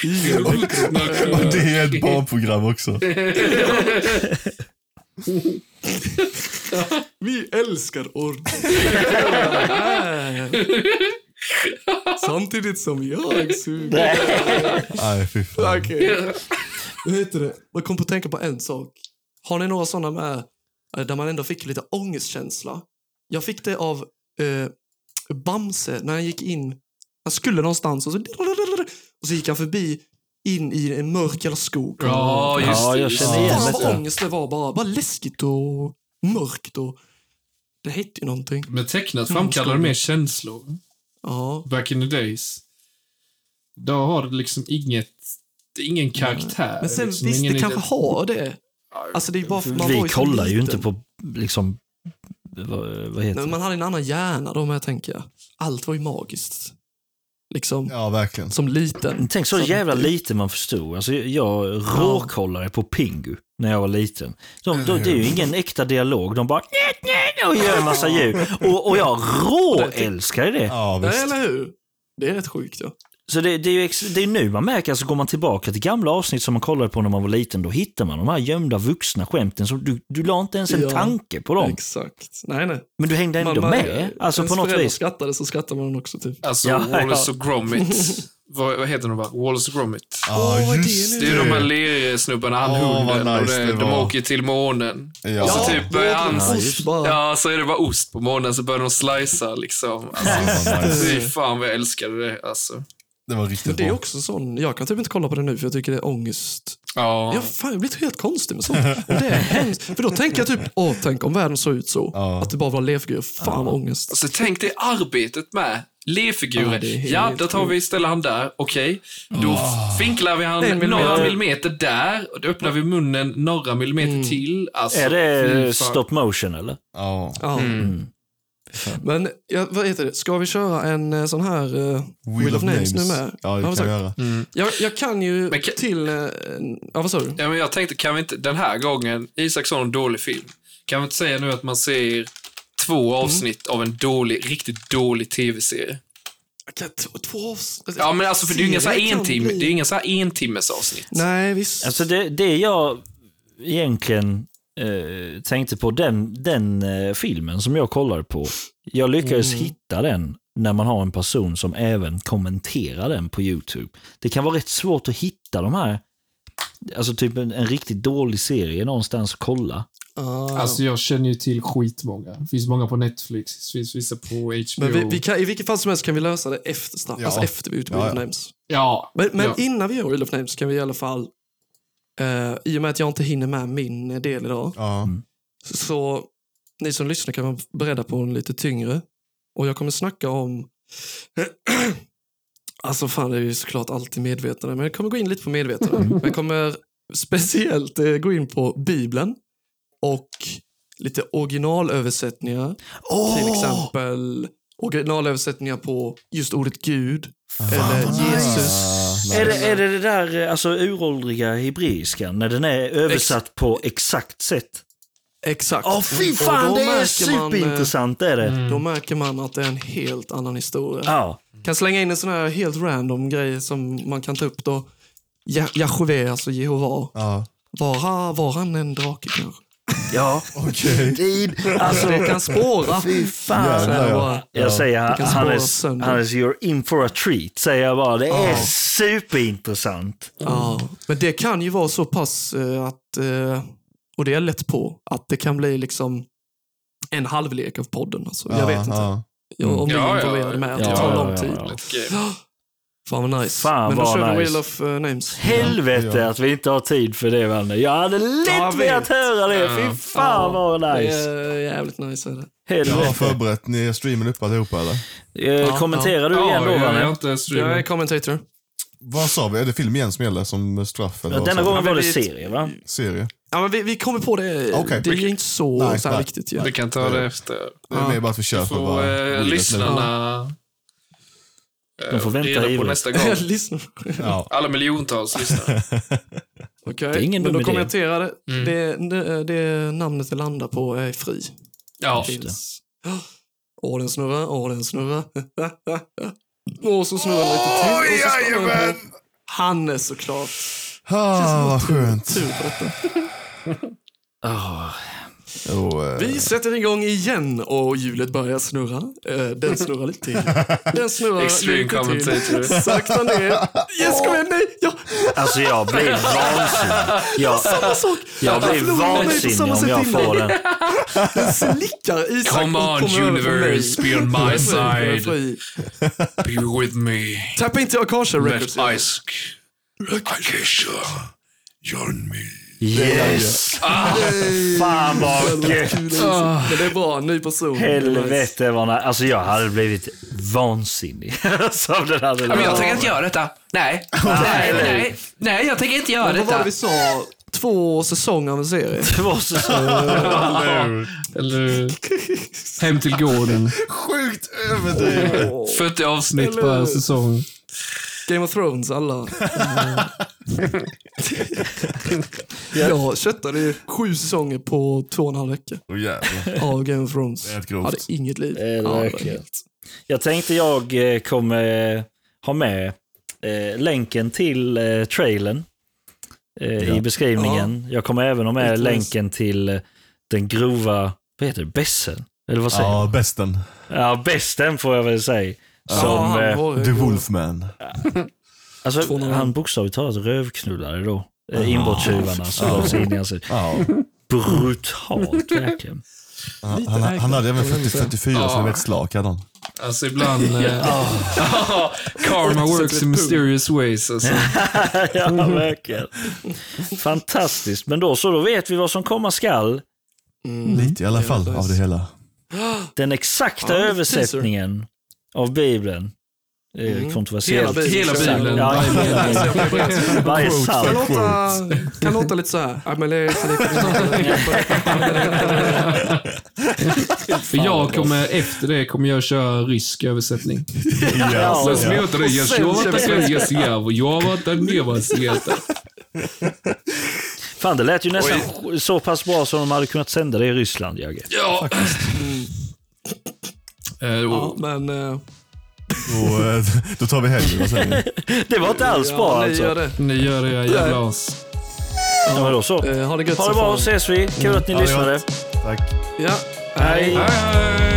Och det är ett barnprogram också. Vi älskar ord. Samtidigt som jag suger. Nej, fy fan. Okej. Vad heter det? Jag kom på att tänka på en sak. Har ni några sådana med där man ändå fick lite ångestkänsla? Jag fick det av Bamse när han gick in. Han skulle någonstans och så gick han förbi in i en mörk jävla skog. Ja, just det. Jag känner igen Fan det. vad ångest det var. Bara läskigt och mörkt. Och det hette ju någonting. Men tecknat framkallade mer känslor. Ja. Back in the days. Då har det liksom ingen karaktär. Men sen liksom, visst, det kanske har det. Alltså, det är bara, vi kollar ju inte på liksom vad heter det? Man hade en annan hjärna då, jag tänker. Allt var ju magiskt. Liksom. Ja, verkligen. Som liten. Tänk så jävla lite man förstod. Alltså, jag råkollade på Pingu när jag var liten. Det är ju ingen äkta dialog. De bara och gör en massa ljud. Och jag älskar det. Ja, visst. Eller hur? Det är rätt sjukt, ja. Så det är nu man märker, alltså går man tillbaka till gamla avsnitt som man kollade på när man var liten, då hittar man de här gömda vuxna skämten som du la inte ens en tanke på dem. Exakt. Nej. Men du hängde ändå med. Alltså på något vis. Skrattade så skrattar man också typ. Alltså Wallace och Gromit. Vad heter de, va? Wallace och Gromit. Just det är de här lersnubbarna, han hunden. Nice och de åker till månen. Ja. Och så typ börjar han... Ost så är det bara ost på månen, så börjar de slicea liksom. Alltså, fy fan vad jag älskade det, alltså. Det var riktigt det är bra. också sån, jag kan typ inte kolla på det nu för jag tycker det är ångest. Ja. Jag blir helt konstig med sånt. Och det är hemskt. För då tänker jag typ, tänk om världen såg ut så. Att det bara var lerfigurer. Fan ångest. Alltså tänk dig arbetet med lerfigurer. Då tar vi istället han där. Okej. Då finklar vi han några millimeter där. Och då öppnar vi munnen några millimeter till. Alltså, är det stop motion eller? Ja. Men vad heter det? Ska vi köra en sån här Wheel of Names nu med? Ja, det kan vi göra. Jag kan ju vad sa du? Ja, men jag tänkte, kan vi inte den här gången, Isaksson en dålig film, kan vi inte säga nu att man ser 2 avsnitt av en riktigt dålig tv-serie? Två avsnitt? Ja, men alltså för det är ju inga så här entimmes avsnitt. Nej, visst. Alltså det jag egentligen tänkte på, den filmen som jag kollar på, jag lyckades hitta den när man har en person som även kommenterar den på YouTube. Det kan vara rätt svårt att hitta de här, alltså typ en riktigt dålig serie någonstans att kolla. Alltså jag känner ju till skitmånga. Det finns många på Netflix, det finns vissa på HBO. Men vi kan, i vilket fall som helst kan vi lösa det efter alltså efter vi ut Wheel of Names. Ja. Men innan vi gör Wheel of Names kan vi i alla fall, i och med att jag inte hinner med min del idag, så ni som lyssnar kan vara beredda på en lite tyngre. Och jag kommer snacka om alltså fan, det är ju såklart alltid medvetande, men jag kommer gå in lite på medvetande. Men jag kommer speciellt gå in på Bibeln och lite originalöversättningar. Till exempel originalöversättningar på just ordet Gud eller Jesus. Är det där alltså uråldriga hebreiskan när den är översatt på exakt sätt? Exakt. Fy fan, det är superintressant, är det. Då märker man att det är en helt annan historia. Kan slänga in en sån här helt random grej som man kan ta upp då. Jahve, alltså Jehova. Var han en drake kanske? Ja, okej. Alltså det kan spåra. Fy fan. Jag säger Hannes, you're in for a treat. Säger jag bara. Det är superintressant. Ja, men det kan ju vara så pass att, och det är lätt på, att det kan bli liksom en halvlek av podden. Alltså. Jag vet inte. Om vi är involverade med att det tar lång tid. Fan vad nice. Fan, men då kör vi nice. Wheel of Names. Helvete att vi inte har tid för det, vänner. Jag hade lätt velat höra det. Fy fan vad nice. Det är jävligt nice. Är det. Helvete. Jag har förberett. Ni är streamen uppe allihopa, eller? Kommenterar du igen då, Vanne? Jag är kommentator. Vad sa vi? Är det film igen som gäller som straff? Eller denna gången var det serie, va? Serie. Ja, men vi kommer på det. Okay. Det är inte så här viktigt. Ja. Vi kan ta det efter. Det är mer bara att vi kör för lyssnarna. De får vänta på nästa gång. Alla miljontals lyssnare. Okej, men då kommenterar det. Det namnet det landar på är fri. Ja. Den snurrar. Och så snurrar den lite till. Och så stannar den på Hannes såklart. Vad skönt. Tur på detta. Vi sätter igång igen och hjulet börjar snurra. Den snurrar lite till. Den snurrar lite till. Sakta ner. Yes, kom igen, nej. Ja. Alltså jag blir vansinnig. Samma sak. Jag blir vansinnig om jag får den. Den slickar Isak. Come on, universe, be on my side. Be with me. Tappa inte Akasha Records. Akasha, join me. Yes! Fan vad gött! Men det är bra, ny person. Helvete vad alltså jag hade blivit vansinnig. Så det hade men jag tänker inte göra detta. Nej, jag tänker inte göra detta. Vad var det vi sa? 2 säsonger av en serie. 2 säsonger. Eller Hem till gården. Sjukt överdrivet. 40 avsnitt per säsong. Game of Thrones, alla. Jag köttade 7 säsonger på 2,5 veckor. Av Game of Thrones. Jag hade inget liv. Jag tänkte jag kommer ha med länken till trailern i beskrivningen. Jag kommer även ha med länken till den grova, vad heter det, Bessen? Eller vad säger jag? Ja, Besten. Ja, Besten får jag väl säga. Som The Wolfman. Alltså, han bokstavligt talat rövknullade då. Inbrottstjuvarna som gav sig in i hans brutalt verkligen. Han hade även 44 som ett slak. Alltså ibland... karma works in mysterious ways. Alltså. Ja, verkligen. Fantastiskt. Men då vet vi vad som komma skall. Lite i alla fall av det hela. Den exakta översättningen av Bibeln. Kontroversiellt. Hela Bibeln. Ja, varje psalm. Kan låta lite så här. För jag kommer efter det jag köra rysk översättning. Ja. Fan, det lät ju nästan så pass bra som de hade kunnat sända det i Ryssland, Jagge. Ja, faktiskt. Men... då tar vi helgen. Det var inte alls bra alltså. Ni gör det, jävla oss. Ja, då så. Ha det gött. Ha det bra, ses vi. Kul att ni lyssnade. Tack. Ja. Hej. Hej.